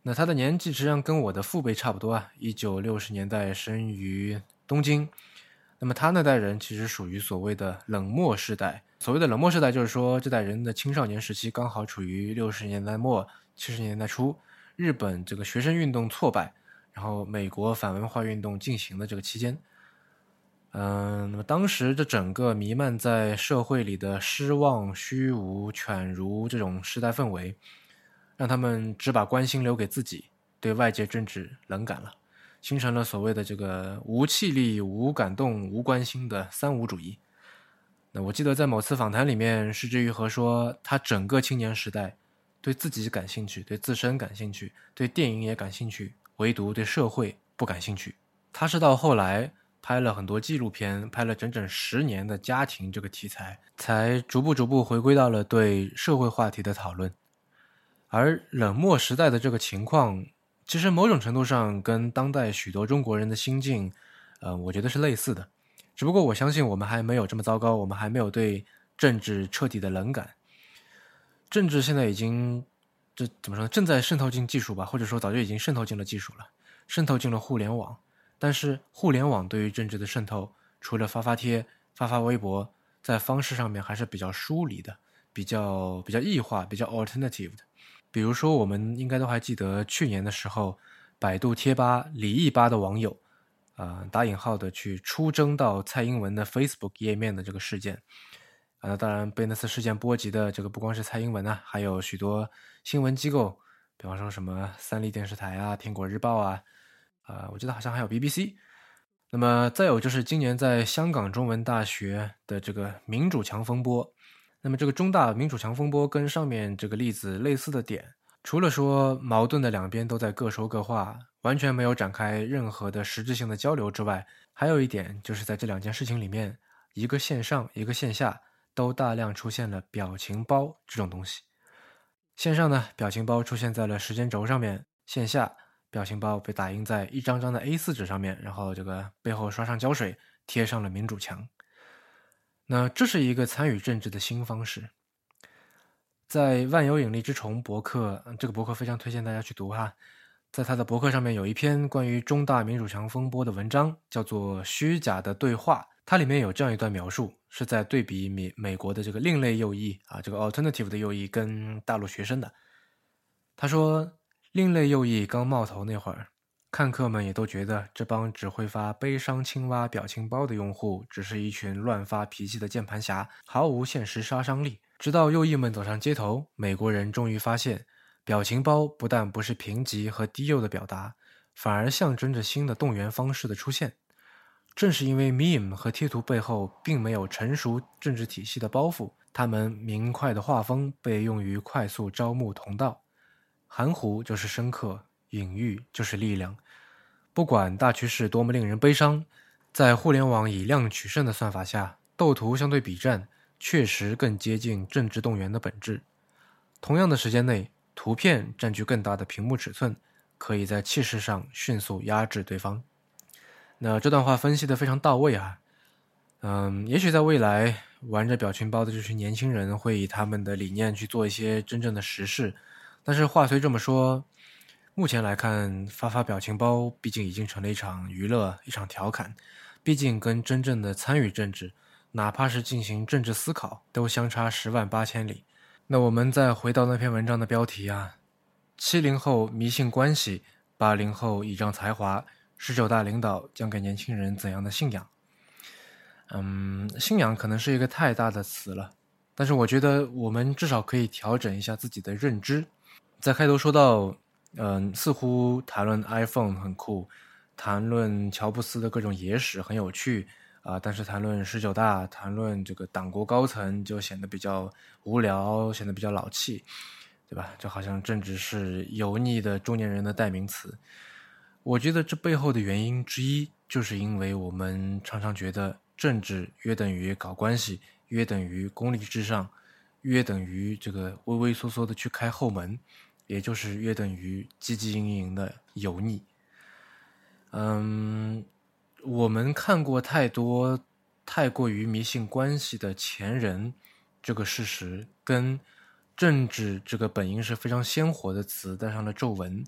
那他的年纪实际上跟我的父辈差不多啊，一九六十年代生于东京。那么他那代人其实属于所谓的冷漠时代。所谓的冷漠时代，就是说这代人的青少年时期刚好处于六十年代末七十年代初，日本这个学生运动挫败，然后美国反文化运动进行的这个期间。嗯，那么当时这整个弥漫在社会里的失望、虚无、犬儒这种时代氛围，让他们只把关心留给自己，对外界政治冷感了，形成了所谓的这个无气力、无感动、无关心的三无主义。那我记得在某次访谈里面，石之愈和说，他整个青年时代对自己感兴趣，对自身感兴趣，对电影也感兴趣，唯独对社会不感兴趣。他是到后来拍了很多纪录片，拍了整整十年的家庭这个题材，才逐步逐步回归到了对社会话题的讨论。而冷漠时代的这个情况，其实某种程度上跟当代许多中国人的心境，呃，我觉得是类似的。只不过我相信我们还没有这么糟糕，我们还没有对政治彻底的冷感。政治现在已经这怎么说呢？正在渗透进技术吧，或者说早就已经渗透进了技术了，渗透进了互联网。但是互联网对于政治的渗透，除了发发贴、发发微博，在方式上面还是比较疏离的，比较比较异化、比较 alternative 的。比如说，我们应该都还记得去年的时候，百度贴吧、李毅吧的网友，啊、呃，打引号的去出征到蔡英文的 Facebook 页面的这个事件。啊，那当然被那次事件波及的这个不光是蔡英文啊，还有许多新闻机构，比方说什么三立电视台啊、苹果日报啊，啊、呃，我记得好像还有 B B C。那么再有就是今年在香港中文大学的这个民主墙风波。那么这个中大民主墙风波跟上面这个例子类似的点，除了说矛盾的两边都在各说各话，完全没有展开任何的实质性的交流之外，还有一点就是在这两件事情里面，一个线上一个线下都大量出现了表情包这种东西。线上呢，表情包出现在了时间轴上面，线下表情包被打印在一张张的 A 四 纸上面，然后这个背后刷上胶水，贴上了民主墙。那这是一个参与政治的新方式。在万有引力之虫博客，这个博客非常推荐大家去读哈。在他的博客上面有一篇关于中大民主墙风波的文章，叫做《虚假的对话》。它里面有这样一段描述，是在对比美美国的这个另类右翼啊，这个 alternative 的右翼跟大陆学生的。他说，另类右翼刚冒头那会儿，看客们也都觉得这帮只会发悲伤青蛙表情包的用户只是一群乱发脾气的键盘侠，毫无现实杀伤力。直到右翼们走上街头，美国人终于发现，表情包不但不是贫瘠和低幼的表达，反而象征着新的动员方式的出现。正是因为 meme 和贴图背后并没有成熟政治体系的包袱，他们明快的画风被用于快速招募同道。含糊就是深刻，隐喻就是力量。不管大趋势多么令人悲伤，在互联网以量取胜的算法下，斗图相对比战确实更接近政治动员的本质。同样的时间内，图片占据更大的屏幕尺寸，可以在气势上迅速压制对方。那这段话分析得非常到位啊。嗯，也许在未来玩着表情包的这群年轻人会以他们的理念去做一些真正的实事，但是话虽这么说，目前来看，发发表情包毕竟已经成了一场娱乐，一场调侃，毕竟跟真正的参与政治，哪怕是进行政治思考，都相差十万八千里。那我们再回到那篇文章的标题啊，七零后迷信关系，八零后倚仗才华，十九大领导将给年轻人怎样的信仰？嗯，信仰可能是一个太大的词了，但是我觉得我们至少可以调整一下自己的认知。在开头说到，嗯，似乎谈论 iPhone 很酷，谈论乔布斯的各种野史很有趣啊、呃，但是谈论十九大，谈论这个党国高层就显得比较无聊，显得比较老气，对吧？就好像政治是油腻的中年人的代名词。我觉得这背后的原因之一，就是因为我们常常觉得政治约等于搞关系，约等于功利至上，约等于这个畏畏缩缩的去开后门，也就是约等于汲汲营营的油腻。嗯，我们看过太多太过于迷信关系的前人，这个事实跟政治这个本应是非常鲜活的词带上了皱纹，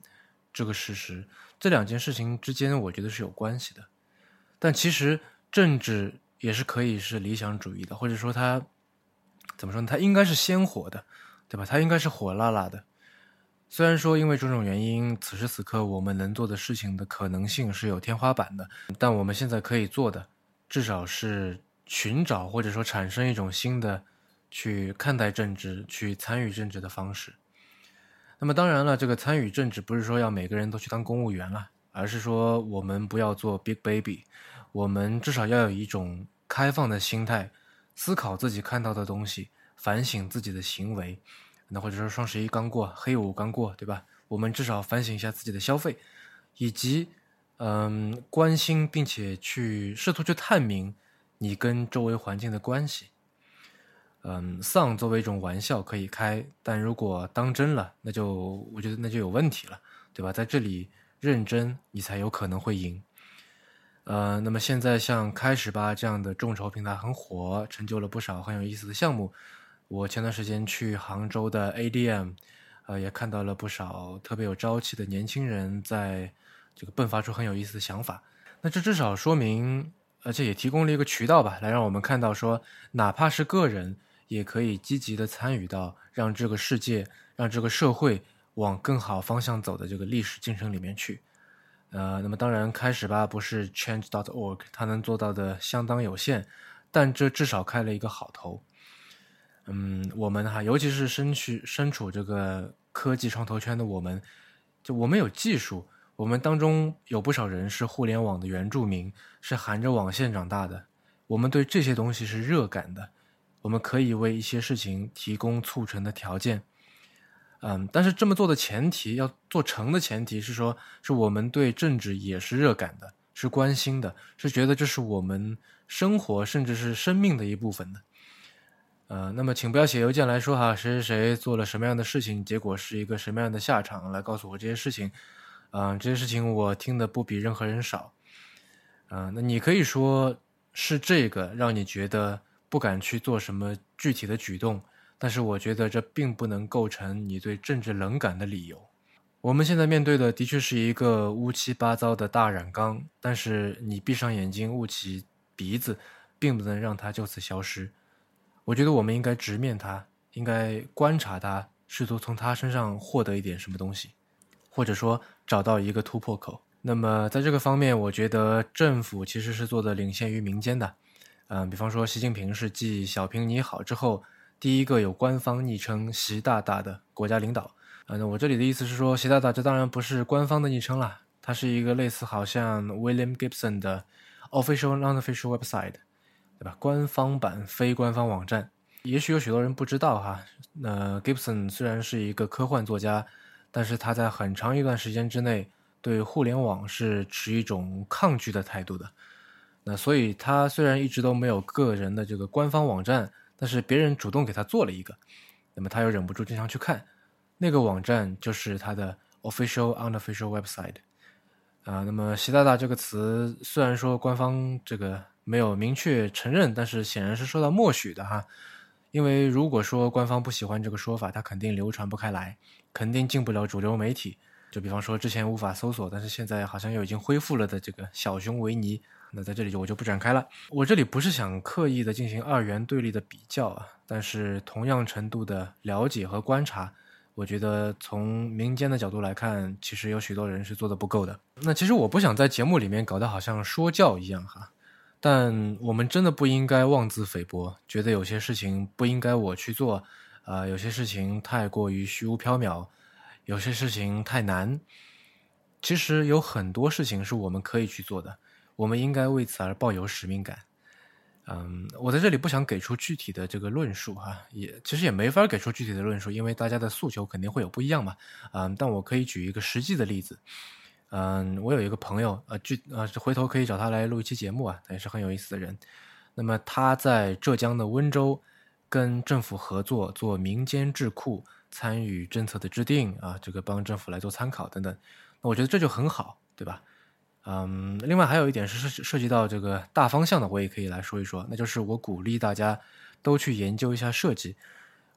这个事实，这两件事情之间我觉得是有关系的。但其实政治也是可以是理想主义的，或者说它怎么说呢，它应该是鲜活的，对吧？它应该是火辣辣的。虽然说因为种种原因，此时此刻我们能做的事情的可能性是有天花板的，但我们现在可以做的至少是寻找或者说产生一种新的去看待政治、去参与政治的方式。那么当然了，这个参与政治不是说要每个人都去当公务员了，而是说我们不要做 big baby， 我们至少要有一种开放的心态，思考自己看到的东西，反省自己的行为。那或者说双十一刚过，黑五刚过，对吧？我们至少反省一下自己的消费，以及嗯关心并且去试图去探明你跟周围环境的关系。嗯，丧作为一种玩笑可以开，但如果当真了，那就我觉得那就有问题了，对吧？在这里认真，你才有可能会赢。呃，那么现在像开始吧这样的众筹平台很火，成就了不少很有意思的项目。我前段时间去杭州的 A D M， 呃，也看到了不少特别有朝气的年轻人在这个迸发出很有意思的想法。那这至少说明，而且也提供了一个渠道吧，来让我们看到说，哪怕是个人，也可以积极的参与到让这个世界、让这个社会往更好方向走的这个历史进程里面去。呃，那么当然，开始吧不是 change dot org， 它能做到的相当有限，但这至少开了一个好头。嗯，我们哈，尤其是身去身处这个科技创投圈的我们，就我们有技术，我们当中有不少人是互联网的原住民，是含着网线长大的，我们对这些东西是热感的，我们可以为一些事情提供促成的条件。嗯，但是这么做的前提，要做成的前提是说，是我们对政治也是热感的，是关心的，是觉得这是我们生活甚至是生命的一部分的。呃，那么请不要写邮件来说哈，谁谁谁做了什么样的事情，结果是一个什么样的下场，来告诉我这些事情。嗯、呃，这些事情我听的不比任何人少。嗯、呃，那你可以说是这个让你觉得不敢去做什么具体的举动，但是我觉得这并不能构成你对政治冷感的理由。我们现在面对的的确是一个乌七八糟的大染缸，但是你闭上眼睛捂起鼻子，并不能让它就此消失。我觉得我们应该直面它，应该观察它，试图从它身上获得一点什么东西，或者说找到一个突破口。那么在这个方面，我觉得政府其实是做的领先于民间的。嗯，比方说习近平是继小平你好之后第一个有官方昵称习大大的国家领导。呃，那我这里的意思是说，习大大这当然不是官方的昵称啦，它是一个类似好像 William Gibson 的 official and unofficial website， 对吧？官方版非官方网站。也许有许多人不知道哈，那 Gibson 虽然是一个科幻作家，但是他在很长一段时间之内对互联网是持一种抗拒的态度的。那所以他虽然一直都没有个人的这个官方网站，但是别人主动给他做了一个，那么他又忍不住经常去看，那个网站就是他的 official unofficial website。啊，那么习大大这个词虽然说官方这个没有明确承认，但是显然是受到默许的哈。因为如果说官方不喜欢这个说法，它肯定流传不开来，肯定进不了主流媒体。就比方说之前无法搜索，但是现在好像又已经恢复了的这个小熊维尼，那在这里就我就不展开了。我这里不是想刻意的进行二元对立的比较啊，但是同样程度的了解和观察，我觉得从民间的角度来看，其实有许多人是做的不够的。那其实我不想在节目里面搞得好像说教一样哈，但我们真的不应该妄自菲薄，觉得有些事情不应该我去做，呃，有些事情太过于虚无缥缈，有些事情太难。其实有很多事情是我们可以去做的，我们应该为此而抱有使命感。嗯，我在这里不想给出具体的这个论述哈，也其实也没法给出具体的论述，因为大家的诉求肯定会有不一样嘛。嗯，但我可以举一个实际的例子。嗯，我有一个朋友，呃，具呃，回头可以找他来录一期节目啊，他也是很有意思的人。那么他在浙江的温州跟政府合作做民间智库，参与政策的制定啊，这个帮政府来做参考等等。那我觉得这就很好，对吧？嗯，另外还有一点是涉涉及到这个大方向的，我也可以来说一说，那就是我鼓励大家都去研究一下设计。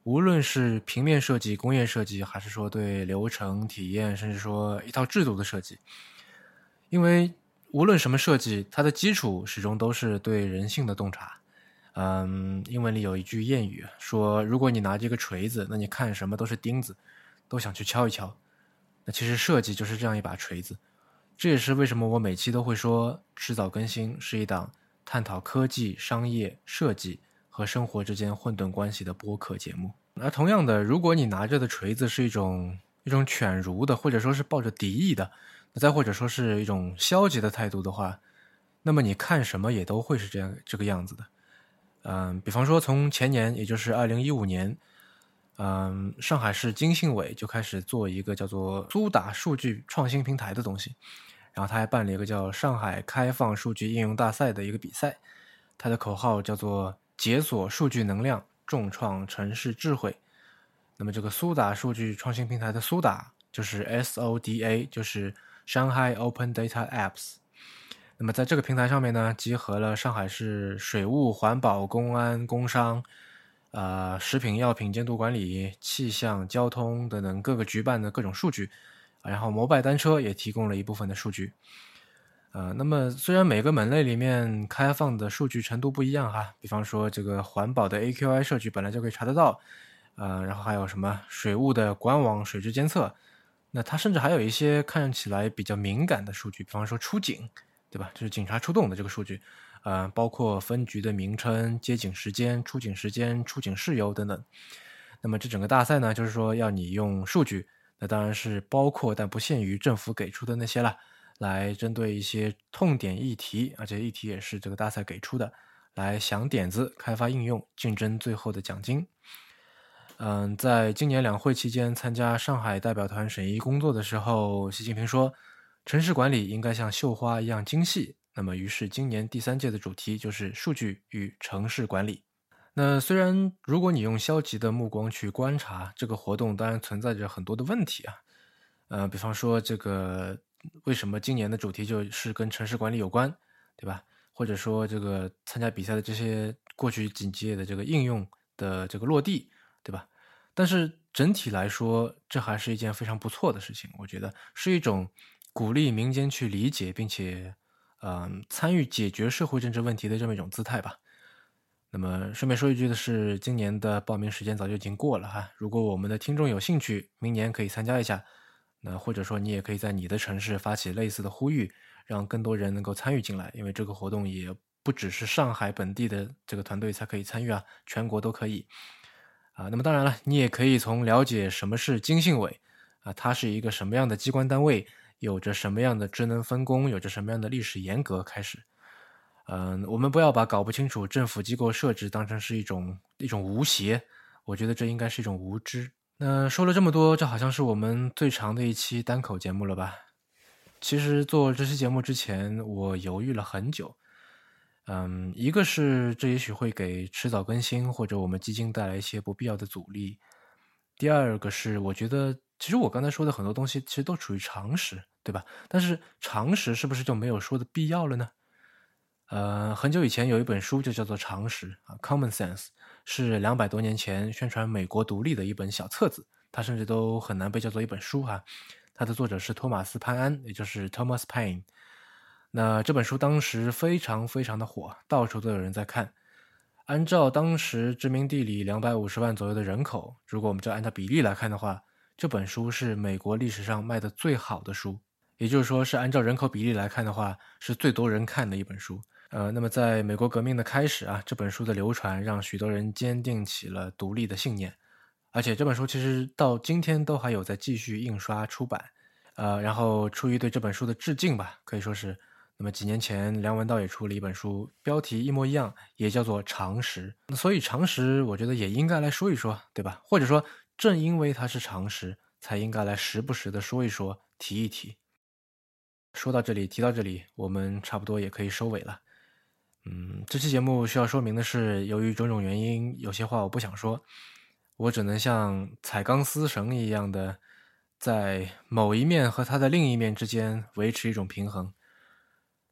无论是平面设计、工业设计，还是说对流程体验，甚至说一套制度的设计。因为无论什么设计，它的基础始终都是对人性的洞察。嗯，英文里有一句谚语说，如果你拿着一个锤子，那你看什么都是钉子，都想去敲一敲。那其实设计就是这样一把锤子。这也是为什么我每期都会说迟早更新是一档探讨科技、商业、设计和生活之间混沌关系的播客节目。而同样的，如果你拿着的锤子是一种一种犬儒的，或者说是抱着敌意的，再或者说是一种消极的态度的话，那么你看什么也都会是这样这个样子的。嗯，比方说从前年，也就是二零一五年，嗯，上海市经信委就开始做一个叫做苏打数据创新平台的东西，然后他还办了一个叫上海开放数据应用大赛的一个比赛，它的口号叫做解锁数据能量，重创城市智慧。那么这个苏打数据创新平台的苏打就是 S O D A， 就是 Shanghai Open Data Apps。那么在这个平台上面呢，集合了上海市水务、环保、公安、工商、呃食品药品监督管理、气象、交通等等各个局办的各种数据，然后摩拜单车也提供了一部分的数据。呃，那么虽然每个门类里面开放的数据程度不一样哈，比方说这个环保的 A Q I 数据本来就可以查得到，呃，然后还有什么水务的管网水质监测，那它甚至还有一些看起来比较敏感的数据，比方说出警，对吧？就是警察出动的这个数据，呃，包括分局的名称、接警时间、出警时间、出警事由等等。那么这整个大赛呢，就是说要你用数据，那当然是包括但不限于政府给出的那些了，来针对一些痛点议题，而且议题也是这个大赛给出的，来想点子、开发应用，竞争最后的奖金。嗯，在今年两会期间参加上海代表团审议工作的时候，习近平说，城市管理应该像绣花一样精细。那么于是今年第三届的主题就是数据与城市管理。那虽然如果你用消极的目光去观察这个活动，当然存在着很多的问题啊。呃，比方说这个为什么今年的主题就是跟城市管理有关，对吧？或者说这个参加比赛的这些过去几届的这个应用的这个落地，对吧？但是整体来说，这还是一件非常不错的事情，我觉得是一种鼓励民间去理解并且嗯参与解决社会政治问题的这么一种姿态吧。那么顺便说一句的是，今年的报名时间早就已经过了哈，如果我们的听众有兴趣，明年可以参加一下。那或者说你也可以在你的城市发起类似的呼吁，让更多人能够参与进来，因为这个活动也不只是上海本地的这个团队才可以参与啊，全国都可以啊。那么当然了，你也可以从了解什么是经信委啊，它是一个什么样的机关单位，有着什么样的职能分工，有着什么样的历史沿革开始。嗯，我们不要把搞不清楚政府机构设置当成是一种一种无邪，我觉得这应该是一种无知。那说了这么多，这好像是我们最长的一期单口节目了吧？其实做这期节目之前，我犹豫了很久。嗯，一个是这也许会给迟早更新或者我们基金带来一些不必要的阻力。第二个是我觉得，其实我刚才说的很多东西其实都属于常识，对吧？但是常识是不是就没有说的必要了呢？呃，很久以前有一本书就叫做《常识》啊 ，Common Sense， 是两百多年前宣传美国独立的一本小册子，它甚至都很难被叫做一本书哈、啊。它的作者是托马斯·潘安，也就是 Thomas Paine。那这本书当时非常非常的火，到处都有人在看。按照当时殖民地里两百五十万左右的人口，如果我们就按照比例来看的话，这本书是美国历史上卖的最好的书，也就是说是按照人口比例来看的话，是最多人看的一本书。呃，那么在美国革命的开始啊，这本书的流传让许多人坚定起了独立的信念，而且这本书其实到今天都还有在继续印刷出版。呃，然后出于对这本书的致敬吧，可以说是，那么几年前梁文道也出了一本书，标题一模一样，也叫做《常识》。所以常识我觉得也应该来说一说，对吧？或者说正因为它是常识，才应该来时不时的说一说，提一提。说到这里，提到这里，我们差不多也可以收尾了。嗯，这期节目需要说明的是，由于种种原因，有些话我不想说，我只能像踩钢丝绳一样的，在某一面和它的另一面之间维持一种平衡。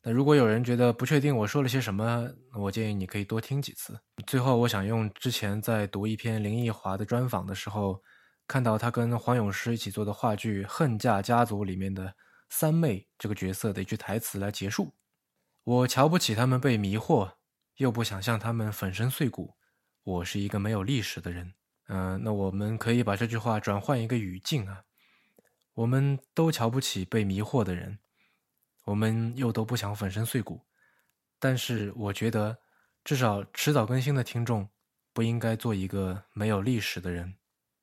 那如果有人觉得不确定我说了些什么，我建议你可以多听几次。最后我想用之前在读一篇林奕华的专访的时候，看到他跟黄永诗一起做的话剧《恨嫁家族》里面的三妹这个角色的一句台词来结束。我瞧不起他们被迷惑，又不想向他们粉身碎骨，我是一个没有历史的人。嗯、呃，那我们可以把这句话转换一个语境啊，我们都瞧不起被迷惑的人，我们又都不想粉身碎骨，但是我觉得至少迟早更新的听众不应该做一个没有历史的人。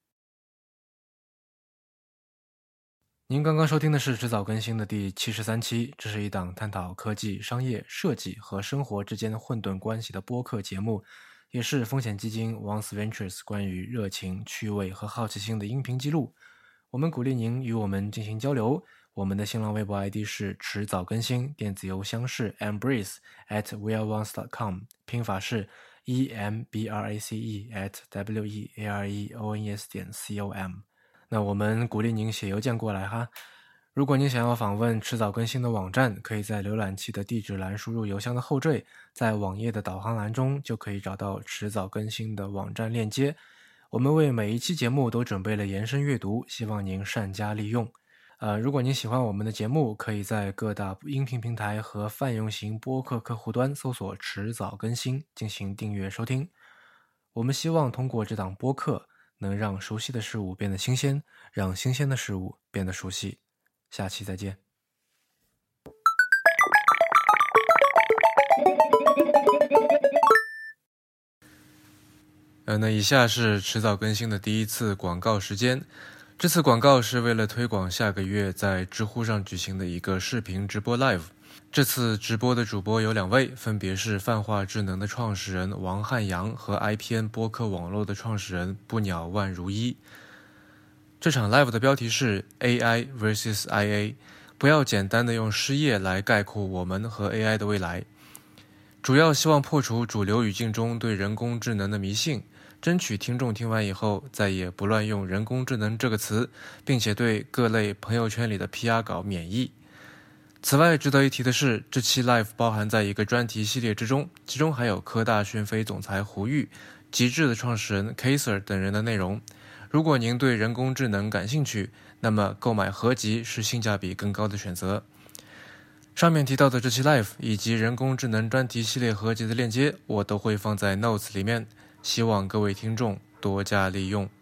您刚刚收听的是迟早更新的第七十三期，这是一档探讨科技、商业、设计和生活之间混沌关系的播客节目，也是风险基金 Once Ventures 关于热情、趣味和好奇心的音频记录。我们鼓励您与我们进行交流，我们的新浪微博 I D 是迟早更新，电子邮箱是 embrace at weareones dot com， 拼法是 E M B R A C E at W E A R E O N E S 点 C O M。 那我们鼓励您写邮件过来哈。如果您想要访问迟早更新的网站，可以在浏览器的地址栏输入邮箱的后缀，在网页的导航栏中就可以找到迟早更新的网站链接。我们为每一期节目都准备了延伸阅读，希望您善加利用。呃，如果您喜欢我们的节目，可以在各大音频平台和泛用型播客客户端搜索迟早更新进行订阅收听。我们希望通过这档播客能让熟悉的事物变得新鲜，让新鲜的事物变得熟悉。下期再见。呃，那以下是迟早更新的第一次广告时间。这次广告是为了推广下个月在知乎上举行的一个视频直播 live。这次直播的主播有两位，分别是泛化智能的创始人王汉阳和 I P N 播客网络的创始人不鸟万如一。这场 live 的标题是 A I versus I A， 不要简单的用失业来概括我们和 A I 的未来。主要希望破除主流语境中对人工智能的迷信，争取听众听完以后再也不乱用人工智能这个词，并且对各类朋友圈里的 P R 稿免疫。此外值得一提的是，这期 live 包含在一个专题系列之中，其中还有科大讯飞总裁胡玉、极致的创始人 Kaser 等人的内容。如果您对人工智能感兴趣，那么购买合集是性价比更高的选择。上面提到的这期 live 以及人工智能专题系列合集的链接，我都会放在 notes 里面，希望各位听众多加利用。